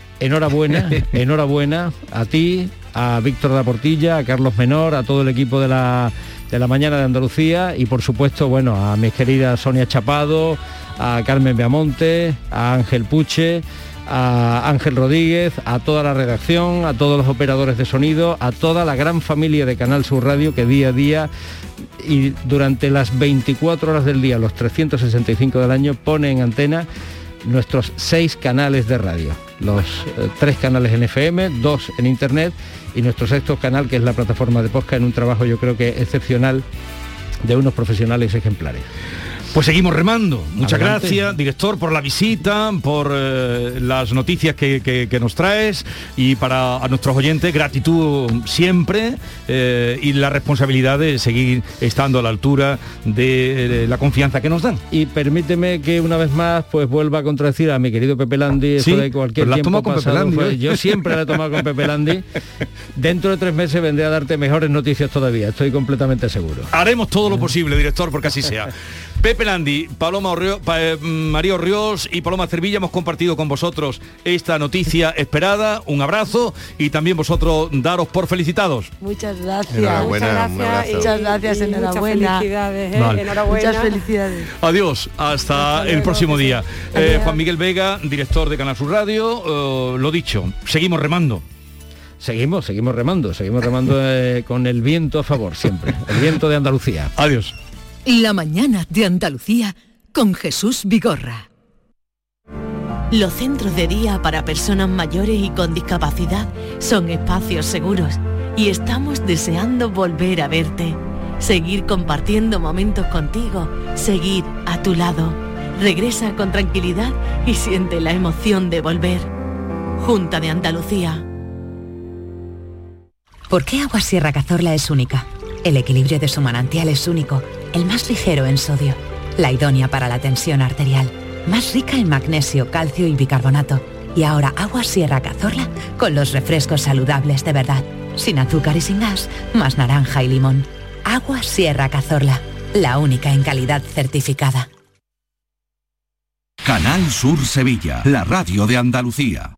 Enhorabuena a ti, a Víctor da Portilla, a Carlos Menor, a todo el equipo de la mañana de Andalucía, y por supuesto, bueno, a mis queridas Sonia Chapado, a Carmen Beamonte, a Ángel Puche, a Ángel Rodríguez, a toda la redacción, a todos los operadores de sonido, a toda la gran familia de Canal Sur Radio, que día a día y durante las 24 horas del día, los 365 del año, pone en antena nuestros 6 canales de radio, los 3 canales en FM, 2 en internet, y nuestro 6º canal, que es la plataforma de podcast, en un trabajo yo creo que excepcional de unos profesionales ejemplares. Pues seguimos remando. Muchas Adelante. gracias, director, por la visita, por las noticias que nos traes, y a nuestros oyentes, gratitud siempre, y la responsabilidad de seguir estando a la altura de la confianza que nos dan. Y permíteme que una vez más pues vuelva a contradecir a mi querido Pepe Landi, eso Sí, de cualquier pero la has tiempo tomado con pasado. Pepe Landi, ¿eh? Yo siempre la he tomado con Pepe Landi. Dentro de 3 meses vendré a darte mejores noticias todavía, estoy completamente seguro. Haremos todo lo posible, director, porque así sea. Pepe Pepe Landi, María Orriols y Paloma Cervilla hemos compartido con vosotros esta noticia esperada. Un abrazo y también vosotros daros por felicitados. Muchas gracias. Enhorabuena, Muchas gracias, enhorabuena. Muchas felicidades, Vale. enhorabuena. Muchas felicidades. Adiós, hasta el próximo día. Juan Miguel Vega, director de Canal Sur Radio, lo dicho, seguimos remando. Seguimos remando con el viento a favor siempre, el viento de Andalucía. Adiós. La mañana de Andalucía con Jesús Vigorra. Los centros de día para personas mayores y con discapacidad son espacios seguros y estamos deseando volver a verte, seguir compartiendo momentos contigo, seguir a tu lado. Regresa con tranquilidad y siente la emoción de volver. Junta de Andalucía. ¿Por qué Agua Sierra Cazorla es única? El equilibrio de su manantial es único, el más ligero en sodio, la idónea para la tensión arterial, más rica en magnesio, calcio y bicarbonato. Y ahora Agua Sierra Cazorla con los refrescos saludables de verdad, sin azúcar y sin gas, más naranja y limón. Agua Sierra Cazorla, la única en calidad certificada. Canal Sur Sevilla, la radio de Andalucía.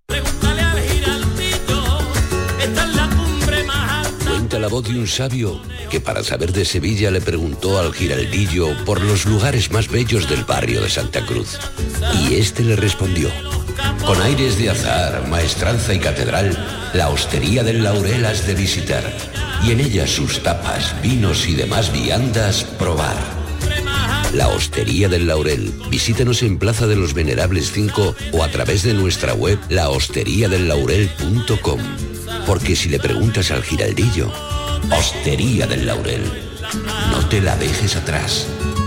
Cuenta la voz de un sabio que para saber de Sevilla le preguntó al giraldillo por los lugares más bellos del barrio de Santa Cruz. Y este le respondió: con aires de azar, maestranza y catedral, la hostería del Laurel has de visitar, y en ella sus tapas, vinos y demás viandas probar. La Hostería del Laurel. Visítanos en Plaza de los Venerables 5 o a través de nuestra web lahosteriadellaurel.com. Porque si le preguntas al giraldillo, Hostería del Laurel, no te la dejes atrás.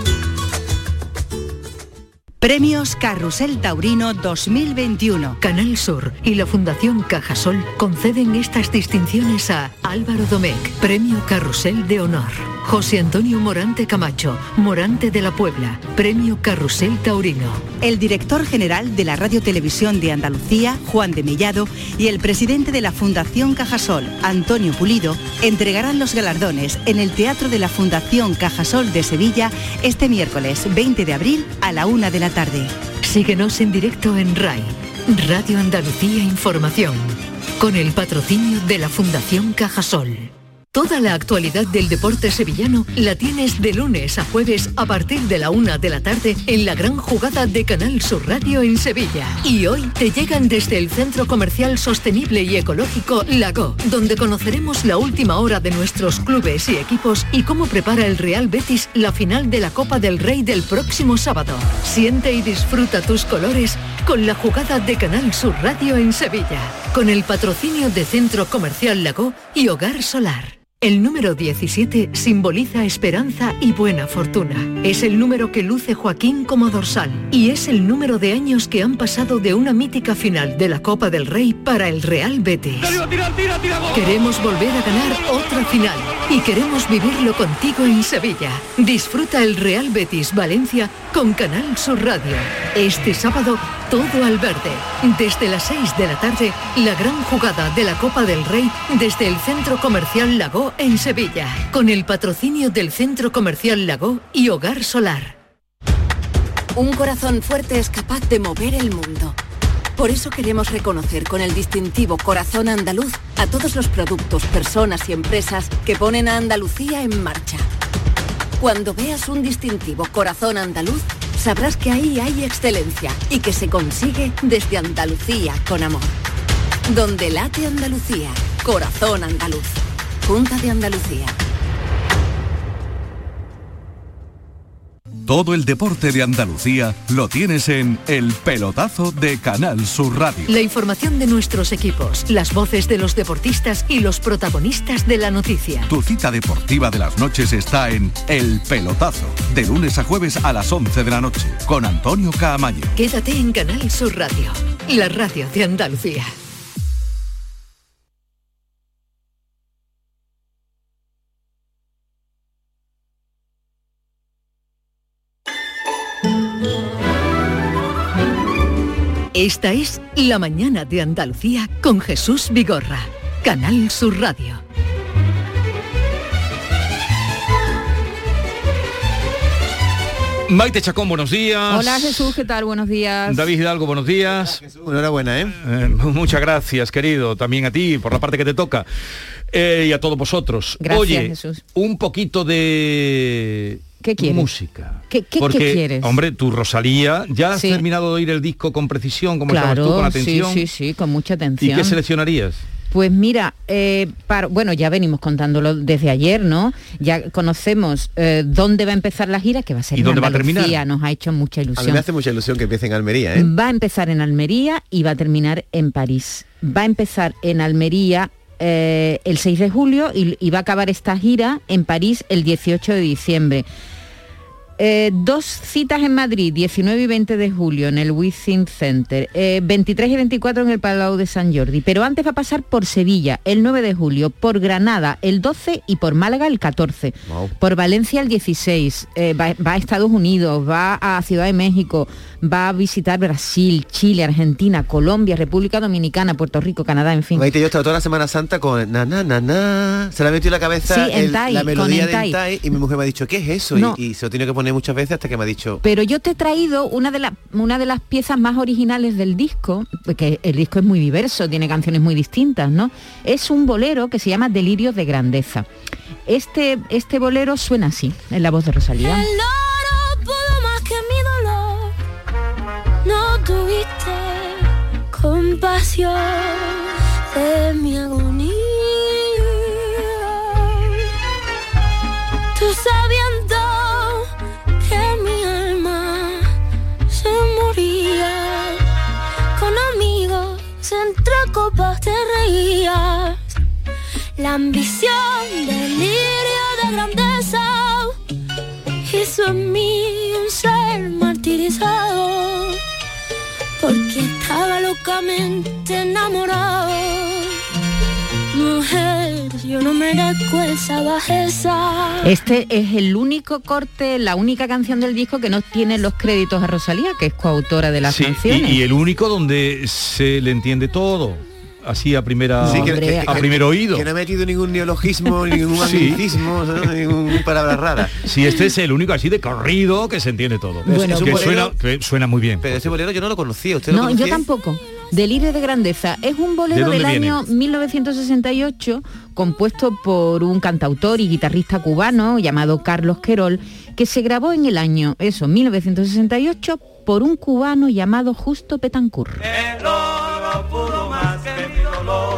Premios Carrusel Taurino 2021. Canal Sur y la Fundación Cajasol conceden estas distinciones a Álvaro Domecq, Premio Carrusel de Honor; José Antonio Morante Camacho, Morante de la Puebla, Premio Carrusel Taurino. El director general de la Radio Televisión de Andalucía, Juan de Mellado, y el presidente de la Fundación Cajasol, Antonio Pulido, entregarán los galardones en el Teatro de la Fundación Cajasol de Sevilla este miércoles 20 de abril a la 1 de la tarde. Síguenos en directo en RAI, Radio Andalucía Información, con el patrocinio de la Fundación Cajasol. Toda la actualidad del deporte sevillano la tienes de lunes a jueves a partir de la 1 de la tarde en la gran jugada de Canal Sur Radio en Sevilla. Y hoy te llegan desde el Centro Comercial Sostenible y Ecológico Lago, donde conoceremos la última hora de nuestros clubes y equipos y cómo prepara el Real Betis la final de la Copa del Rey del próximo sábado. Siente y disfruta tus colores con la jugada de Canal Sur Radio en Sevilla, con el patrocinio de Centro Comercial Lago y Hogar Solar. El número 17 simboliza esperanza y buena fortuna. Es el número que luce Joaquín como dorsal y es el número de años que han pasado de una mítica final de la Copa del Rey para el Real Betis. Queremos volver a ganar otra final y queremos vivirlo contigo en Sevilla. Disfruta el Real Betis Valencia con Canal Sur Radio. Este sábado, todo al verde. Desde las 6 de la tarde, la gran jugada de la Copa del Rey desde el Centro Comercial Lago en Sevilla, con el patrocinio del Centro Comercial Lago y Hogar Solar. Un corazón fuerte es capaz de mover el mundo. Por eso queremos reconocer con el distintivo Corazón Andaluz a todos los productos, personas y empresas que ponen a Andalucía en marcha. Cuando veas un distintivo Corazón Andaluz, sabrás que ahí hay excelencia y que se consigue desde Andalucía con amor. Donde late Andalucía, Corazón Andaluz. Junta de Andalucía. Todo el deporte de Andalucía lo tienes en El Pelotazo de Canal Sur Radio. La información de nuestros equipos, las voces de los deportistas y los protagonistas de la noticia. Tu cita deportiva de las noches está en El Pelotazo, de lunes a jueves a las 11 de la noche, con Antonio Caamaño. Quédate en Canal Sur Radio, la radio de Andalucía. Esta es La Mañana de Andalucía con Jesús Vigorra, Canal Sur Radio. Maite Chacón, buenos días. Hola Jesús, ¿qué tal? Buenos días. David Hidalgo, buenos días. Hola, Jesús, enhorabuena, muchas gracias, querido, también a ti por la parte que te toca y a todos vosotros. Gracias, Oye, Jesús. Un poquito de... ¿Qué quieres? Música. ¿Qué quieres? Hombre, tu Rosalía, ¿ya has terminado de oír el disco con precisión, como estabas tú, con atención? Sí, con mucha atención. ¿Y qué seleccionarías? Pues mira, bueno, ya venimos contándolo desde ayer, ¿no? Ya conocemos dónde va a empezar la gira, que va a ser en Andalucía. ¿Y dónde va a terminar? Nos ha hecho mucha ilusión. A mí me hace mucha ilusión que empiece en Almería, Va a empezar en Almería y va a terminar en París. Va a empezar en Almería el 6 de julio y va a acabar esta gira en París el 18 de diciembre. 2 citas en Madrid, 19 y 20 de julio en el Within Center, 23 y 24 en el Palau de Sant Jordi, pero antes va a pasar por Sevilla el 9 de julio, por Granada el 12 y por Málaga el 14, por Valencia el 16, va a Estados Unidos, va a Ciudad de México, va a visitar Brasil, Chile, Argentina, Colombia, República Dominicana, Puerto Rico, Canadá, en fin. Maite, yo he estado toda la Semana Santa con na na na na, se le ha metido en la cabeza la melodía de Entai y mi mujer me ha dicho, ¿qué es eso? No. Y se lo tiene que poner muchas veces hasta que me ha dicho... Pero yo te he traído una de las piezas más originales del disco, porque el disco es muy diverso, tiene canciones muy distintas, ¿no? Es un bolero que se llama Delirios de Grandeza. Este bolero suena así, en la voz de Rosalía. El oro pudo más que mi dolor, no tuviste compasión de mi agonía. Tú sabiendo que mi alma se moría, con amigos entre copas te reías. La ambición, delirio de grandeza hizo en mí un ser martirizado, porque estaba locamente enamorado. Mujer, yo no merezco esa bajeza. Este es el único corte, la única canción del disco que no tiene los créditos a Rosalía, que es coautora de las canciones. Y el único donde se le entiende todo. Así a primer oído. Que no ha metido ningún neologismo, ningún anglicismo, ningún palabra rara. Sí, este es el único así de corrido que se entiende todo. Bueno, que suena muy bien. Pero ese bolero yo no lo conocía. ¿Usted lo conocía? Yo tampoco. Delirio de Grandeza es un bolero del año 1968 compuesto por un cantautor y guitarrista cubano llamado Carlos Querol, que se grabó en el año 1968 por un cubano llamado Justo Betancourt. El oro pudo más que mi dolor,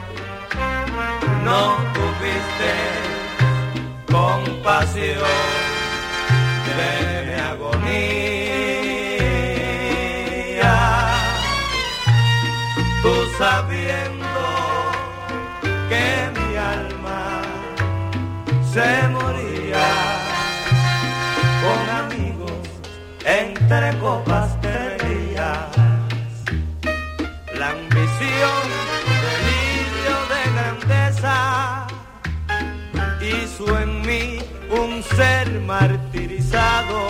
no tuviste compasión de mi agonía, tú sabiendo que mi alma se moría, con amigos entre copas te reías. La ambición, delirio de grandeza hizo en mí un ser martirizado,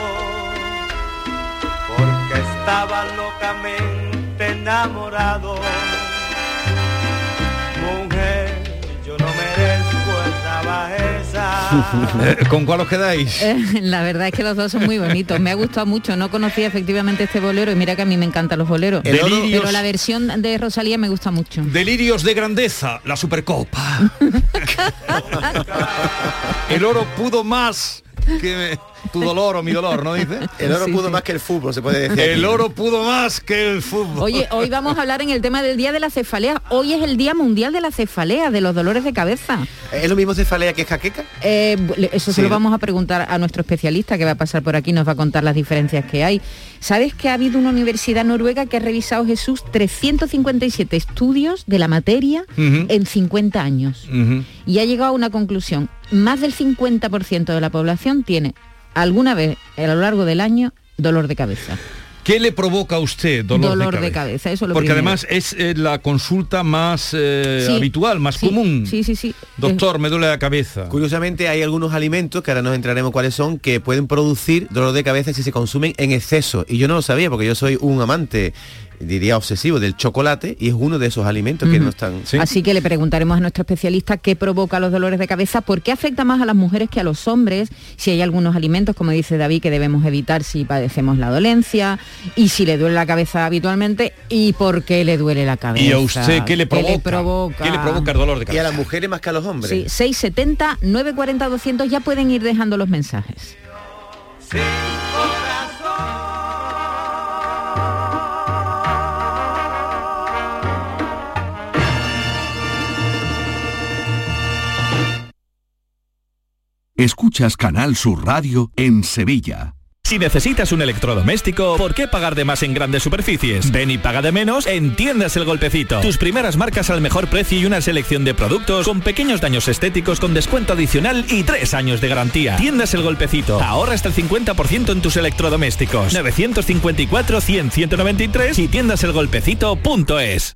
porque estaba locamente enamorado. Mujer, yo no merezco esa bajeza. ¿Con cuál os quedáis? La verdad es que los dos son muy bonitos. Me ha gustado mucho. No conocía efectivamente este bolero y mira que a mí me encantan los boleros. Pero la versión de Rosalía me gusta mucho. Delirios de Grandeza, la Supercopa. El oro pudo más que tu dolor o mi dolor, ¿no dice? El oro pudo más que el fútbol, se puede decir. El oro pudo más que el fútbol. Oye, hoy vamos a hablar en el tema del Día de la Cefalea. Hoy es el Día Mundial de la Cefalea, de los dolores de cabeza. ¿Es lo mismo cefalea que jaqueca? Eso se lo vamos a preguntar a nuestro especialista que va a pasar por aquí, nos va a contar las diferencias que hay. ¿Sabes que ha habido una universidad noruega que ha revisado, Jesús, 357 estudios de la materia en 50 años? Y ha llegado a una conclusión. Más del 50% de la población tiene alguna vez a lo largo del año dolor de cabeza. ¿Qué le provoca a usted dolor de cabeza? Eso es lo Porque primero. además es la consulta más habitual, más común. Sí. Doctor, me duele la cabeza. Curiosamente hay algunos alimentos, que ahora nos entraremos cuáles son, que pueden producir dolor de cabeza si se consumen en exceso. Y yo no lo sabía porque yo soy un amante diría obsesivo del chocolate, y es uno de esos alimentos que no están... ¿Sí? Así que le preguntaremos a nuestro especialista qué provoca los dolores de cabeza, por qué afecta más a las mujeres que a los hombres, si hay algunos alimentos, como dice David, que debemos evitar si padecemos la dolencia, y si le duele la cabeza habitualmente, y por qué le duele la cabeza. ¿Y a usted qué le provoca? ¿Qué le provoca el dolor de cabeza? Y a las mujeres más que a los hombres. Sí, 670 940 200, ya pueden ir dejando los mensajes. Sí. Escuchas Canal Sur Radio en Sevilla. Si necesitas un electrodoméstico, ¿por qué pagar de más en grandes superficies? Ven y paga de menos en Tiendas El Golpecito. Tus primeras marcas al mejor precio y una selección de productos con pequeños daños estéticos con descuento adicional y 3 años de garantía. Tiendas El Golpecito. Ahorra hasta el 50% en tus electrodomésticos. 954 100 193 y tiendaselgolpecito.es.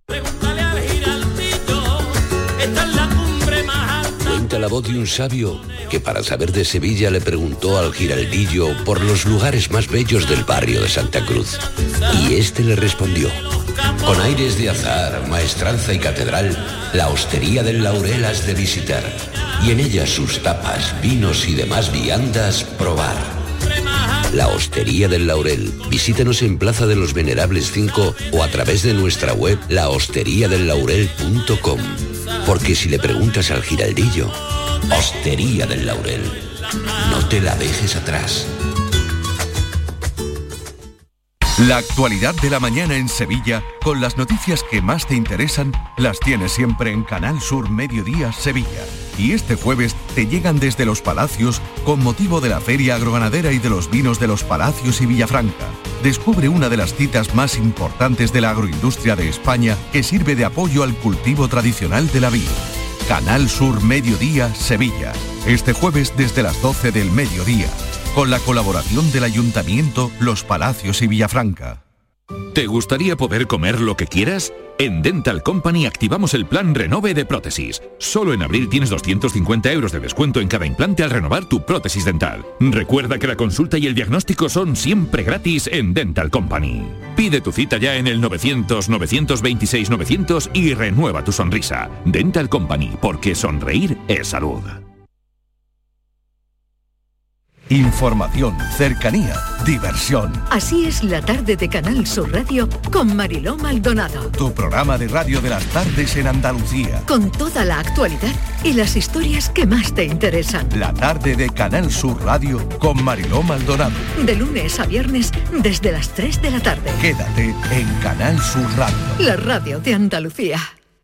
Cuenta la voz de un sabio que para saber de Sevilla le preguntó al giraldillo por los lugares más bellos del barrio de Santa Cruz. Y este le respondió: con aires de azar, maestranza y catedral, la hostería del Laurel has de visitar, y en ella sus tapas, vinos y demás viandas probar. La Hostería del Laurel. Visítanos en Plaza de los Venerables 5 o a través de nuestra web lahosteriadellaurel.com. Porque si le preguntas al giraldillo, Hostería del Laurel, no te la dejes atrás. La actualidad de la mañana en Sevilla, con las noticias que más te interesan, las tienes siempre en Canal Sur Mediodía Sevilla. Y este jueves te llegan desde Los Palacios con motivo de la Feria Agroganadera y de los vinos de Los Palacios y Villafranca. Descubre una de las citas más importantes de la agroindustria de España que sirve de apoyo al cultivo tradicional de la vid. Canal Sur Mediodía Sevilla. Este jueves desde las 12 del mediodía, con la colaboración del Ayuntamiento, Los Palacios y Villafranca. ¿Te gustaría poder comer lo que quieras? En Dental Company activamos el plan Renove de prótesis. Solo en abril tienes 250 euros de descuento en cada implante al renovar tu prótesis dental. Recuerda que la consulta y el diagnóstico son siempre gratis en Dental Company. Pide tu cita ya en el 900-926-900 y renueva tu sonrisa. Dental Company, porque sonreír es salud. Información, cercanía, diversión. Así es la tarde de Canal Sur Radio con Mariló Maldonado. Tu programa de radio de las tardes en Andalucía. Con toda la actualidad y las historias que más te interesan. La tarde de Canal Sur Radio con Mariló Maldonado. De lunes a viernes desde las 3 de la tarde. Quédate en Canal Sur Radio. La radio de Andalucía.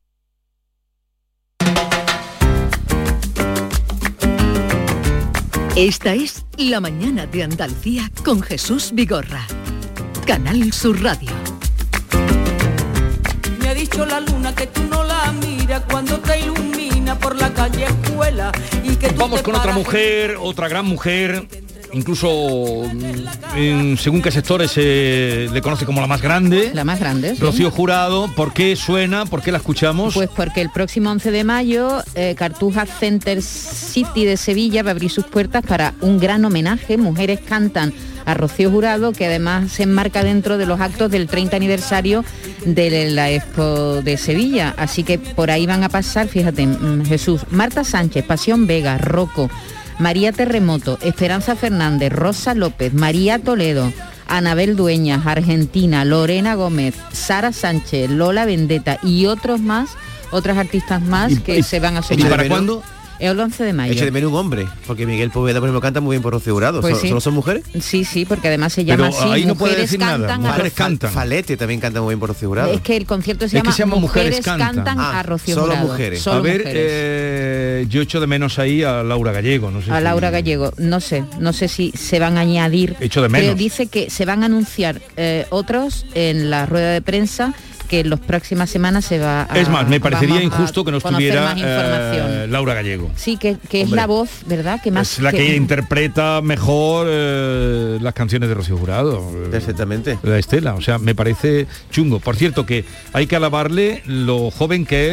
Esta es La Mañana de Andalucía con Jesús Vigorra. Canal Sur Radio. Me ha dicho la luna que tú no la miras cuando te ilumina por la calle Escuela y que tú Vamos con otra mujer, otra gran mujer. Incluso según qué sectores se le conoce como la más grande. La más grande, sí. Rocío Jurado. ¿Por qué suena? ¿Por qué la escuchamos? Pues porque el próximo 11 de mayo Cartuja Center City de Sevilla va a abrir sus puertas para un gran homenaje. Mujeres cantan a Rocío Jurado, que además se enmarca dentro de los actos del 30 aniversario de la Expo de Sevilla. Así que por ahí van a pasar, fíjate, Jesús, Marta Sánchez, Pasión Vega, Rocco, María Terremoto, Esperanza Fernández, Rosa López, María Toledo, Anabel Dueñas, Argentina, Lorena Gómez, Sara Sánchez, Lola Vendetta y otros más, otras artistas más que se van a sumar. ¿Y para cuándo? El 11 de mayo. Eche de menos un hombre, porque Miguel Poveda, por ejemplo, canta muy bien por Rocío Jurado. Pues ¿Solo son mujeres? Sí, sí, porque además se llama pero así, ahí no Mujeres Cantan a Mujeres cantan. Falete también canta muy bien por Rocío Jurado. Es que el concierto se llama Mujeres Cantan a Rocío solo Jurado. Mujeres. Solo a ver, mujeres. Yo echo de menos ahí a Laura Gallego. No sé a Laura Gallego, no sé si se van a añadir. Echo de menos. Pero dice que se van a anunciar otros en la rueda de prensa, que en las próximas semanas se va a... Es más, me parecería injusto que no estuviera Laura Gallego. Sí, que es la voz, ¿verdad? Que más es la que interpreta mejor las canciones de Rocío Jurado. Perfectamente. La Estela, o sea, me parece chungo. Por cierto, que hay que alabarle lo joven que es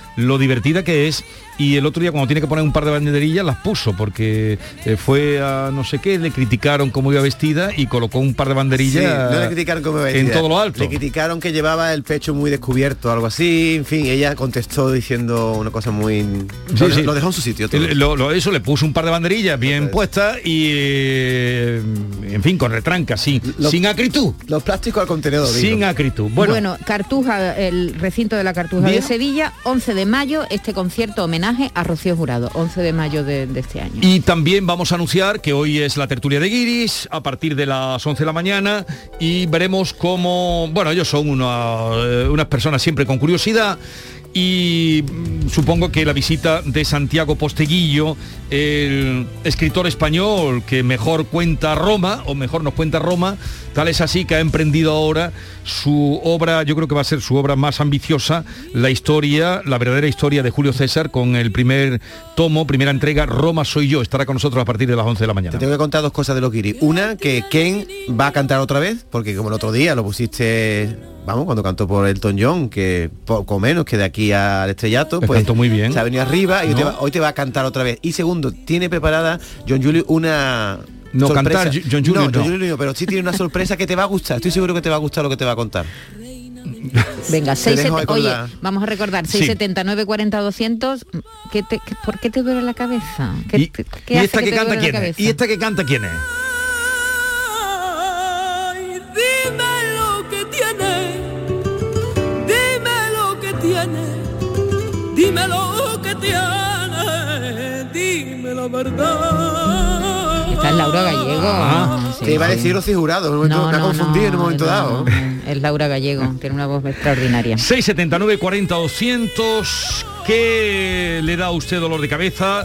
lo divertida que es. Y el otro día, cuando tiene que poner un par de banderillas, las puso, porque fue a no sé qué, le criticaron cómo iba vestida y colocó un par de banderillas. Sí, no le criticaron cómo iba vestida, en todo lo alto. Le criticaron que llevaba el pecho muy descubierto, algo así. En fin, ella contestó diciendo una cosa muy... Sí. Lo dejó en su sitio. Eso, le puso un par de banderillas bien puestas y, en fin, con retranca, sin acritud. Los plásticos al contenedor. Sin acritud. Bueno, Cartuja, el recinto de la Cartuja de Sevilla, 11 de mayo, este concierto homenaje a Rocío Jurado, 11 de mayo de este año. Y también vamos a anunciar que hoy es la tertulia de Guiris a partir de las 11 de la mañana y veremos cómo, bueno, ellos son unas personas siempre con curiosidad. Y supongo que la visita de Santiago Posteguillo, el escritor español que mejor cuenta Roma, o mejor nos cuenta Roma, tal es así que ha emprendido ahora su obra, yo creo que va a ser su obra más ambiciosa, la verdadera historia de Julio César, con el primer tomo, primera entrega, Roma soy yo. Estará con nosotros a partir de las 11 de la mañana. Te tengo que contar dos cosas de los guiris. Una, que Ken va a cantar otra vez, porque como el otro día lo pusiste... Vamos, cuando cantó por Elton John, que poco menos que de aquí al estrellato, pues cantó muy bien. Se ha venido arriba y hoy te va a cantar otra vez. Y segundo, tiene preparada John Julio una... No, sorpresa. cantar John Julio no. John Julio no, pero sí tiene una sorpresa que te va a gustar. Estoy seguro que te va a gustar lo que te va a contar. Venga, vamos a recordar, 679 40 200. ¿Por qué te duele la cabeza? ¿Y esta que canta quién es? ¿Y esta que canta quién es? Dime lo que tiene, dime la verdad. Esta es Laura Gallego. Te iba a decir Rocío Jurado, me ha confundido en un momento dado. Es Laura Gallego, tiene una voz extraordinaria. 679 40 200. ¿Qué le da a usted dolor de cabeza?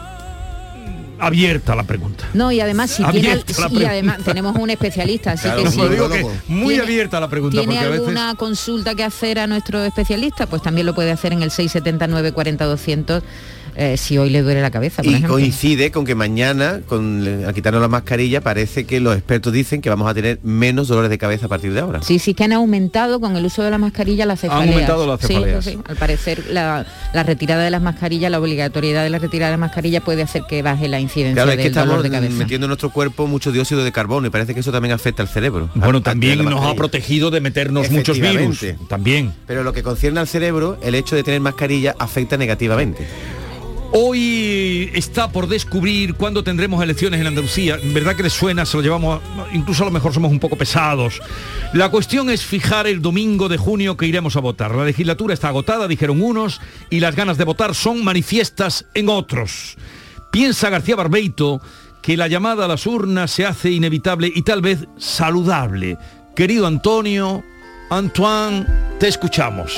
Abierta la pregunta. No, y además además tenemos un especialista, así claro, que sí. Digo que muy abierta la pregunta. ¿Tiene porque alguna consulta que hacer a nuestro especialista? Pues también lo puede hacer en el 679 40 200. Si hoy le duele la cabeza, por ejemplo. Coincide con que mañana, al quitarnos la mascarilla, parece que los expertos dicen que vamos a tener menos dolores de cabeza a partir de ahora. Sí, que han aumentado con el uso de la mascarilla las cefaleas. Han aumentado las cefaleas. Sí. Al parecer la retirada de las mascarillas, la obligatoriedad de la retirada de las mascarillas puede hacer que baje la incidencia del dolor de cabeza. Estamos metiendo en nuestro cuerpo mucho dióxido de carbono y parece que eso también afecta al cerebro. Bueno, también nos ha protegido de meternos muchos virus. También. Pero lo que concierne al cerebro, el hecho de tener mascarilla afecta negativamente. Hoy está por descubrir cuándo tendremos elecciones en Andalucía. ¿Verdad que les suena? Se lo llevamos, incluso a lo mejor somos un poco pesados. La cuestión es fijar el domingo de junio que iremos a votar. La legislatura está agotada, dijeron unos, y las ganas de votar son manifiestas en otros. Piensa García Barbeito que la llamada a las urnas se hace inevitable y tal vez saludable. Querido Antonio, Antoine, te escuchamos.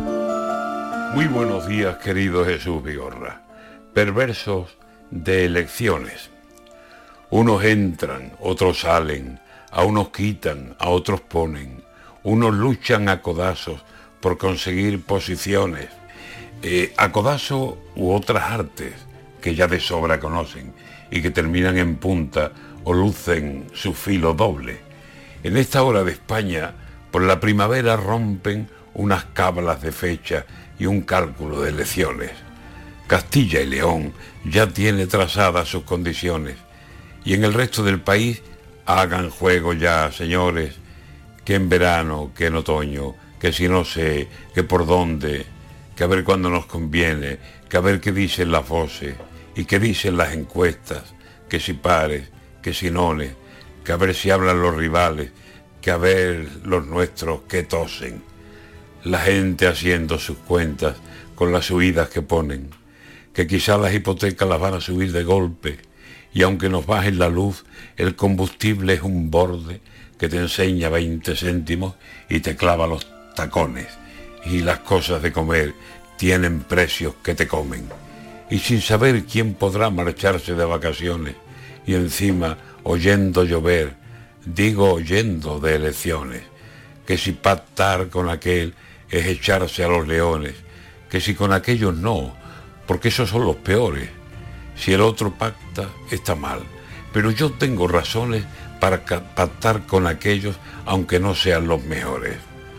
Muy buenos días, querido Jesús Vigorra. Perversos de elecciones. Unos entran, otros salen, a unos quitan, a otros ponen. Unos luchan a codazos por conseguir posiciones, a codazo u otras artes que ya de sobra conocen y que terminan en punta o lucen su filo doble. En esta hora de España, por la primavera rompen unas cábalas de fecha y un cálculo de elecciones. Castilla y León ya tiene trazadas sus condiciones y en el resto del país hagan juego ya, señores, que en verano, que en otoño, que si no sé, que por dónde, que a ver cuándo nos conviene, que a ver qué dicen las voces y qué dicen las encuestas, que si pares, que si nones, que a ver si hablan los rivales, que a ver los nuestros que tosen. La gente haciendo sus cuentas con las subidas que ponen, que quizás las hipotecas las van a subir de golpe, y aunque nos bajen la luz, el combustible es un borde que te enseña 20 céntimos y te clava los tacones, y las cosas de comer tienen precios que te comen, y sin saber quién podrá marcharse de vacaciones, y encima oyendo llover, digo oyendo de elecciones, que si pactar con aquel es echarse a los leones, que si con aquellos no, porque esos son los peores. Si el otro pacta, está mal, pero yo tengo razones para pactar con aquellos, aunque no sean los mejores.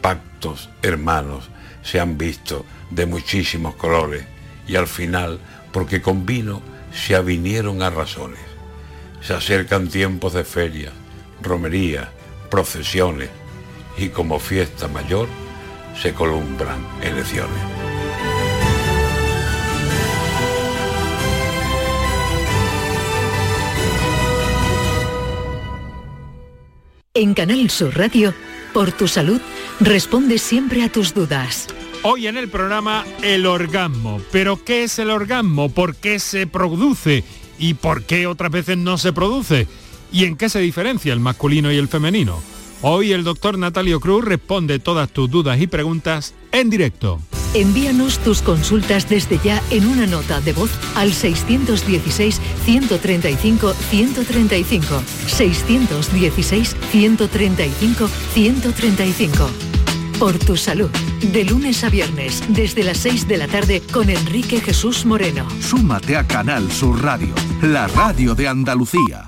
pactos hermanos se han visto de muchísimos colores y al final, porque con vino se avinieron a razones. Se acercan tiempos de feria, romerías, procesiones y como fiesta mayor se columbran elecciones. En Canal Sur Radio, por tu salud, responde siempre a tus dudas. Hoy en el programa el orgasmo. ¿Pero qué es el orgasmo? ¿Por qué se produce? ¿Y por qué otras veces no se produce? ¿Y en qué se diferencia el masculino y el femenino? Hoy el doctor Natalio Cruz responde todas tus dudas y preguntas en directo. Envíanos tus consultas desde ya en una nota de voz al 616-135-135. 616-135-135. Por tu salud, de lunes a viernes, desde las 6 de la tarde, con Enrique Jesús Moreno. Súmate a Canal Sur Radio, la radio de Andalucía.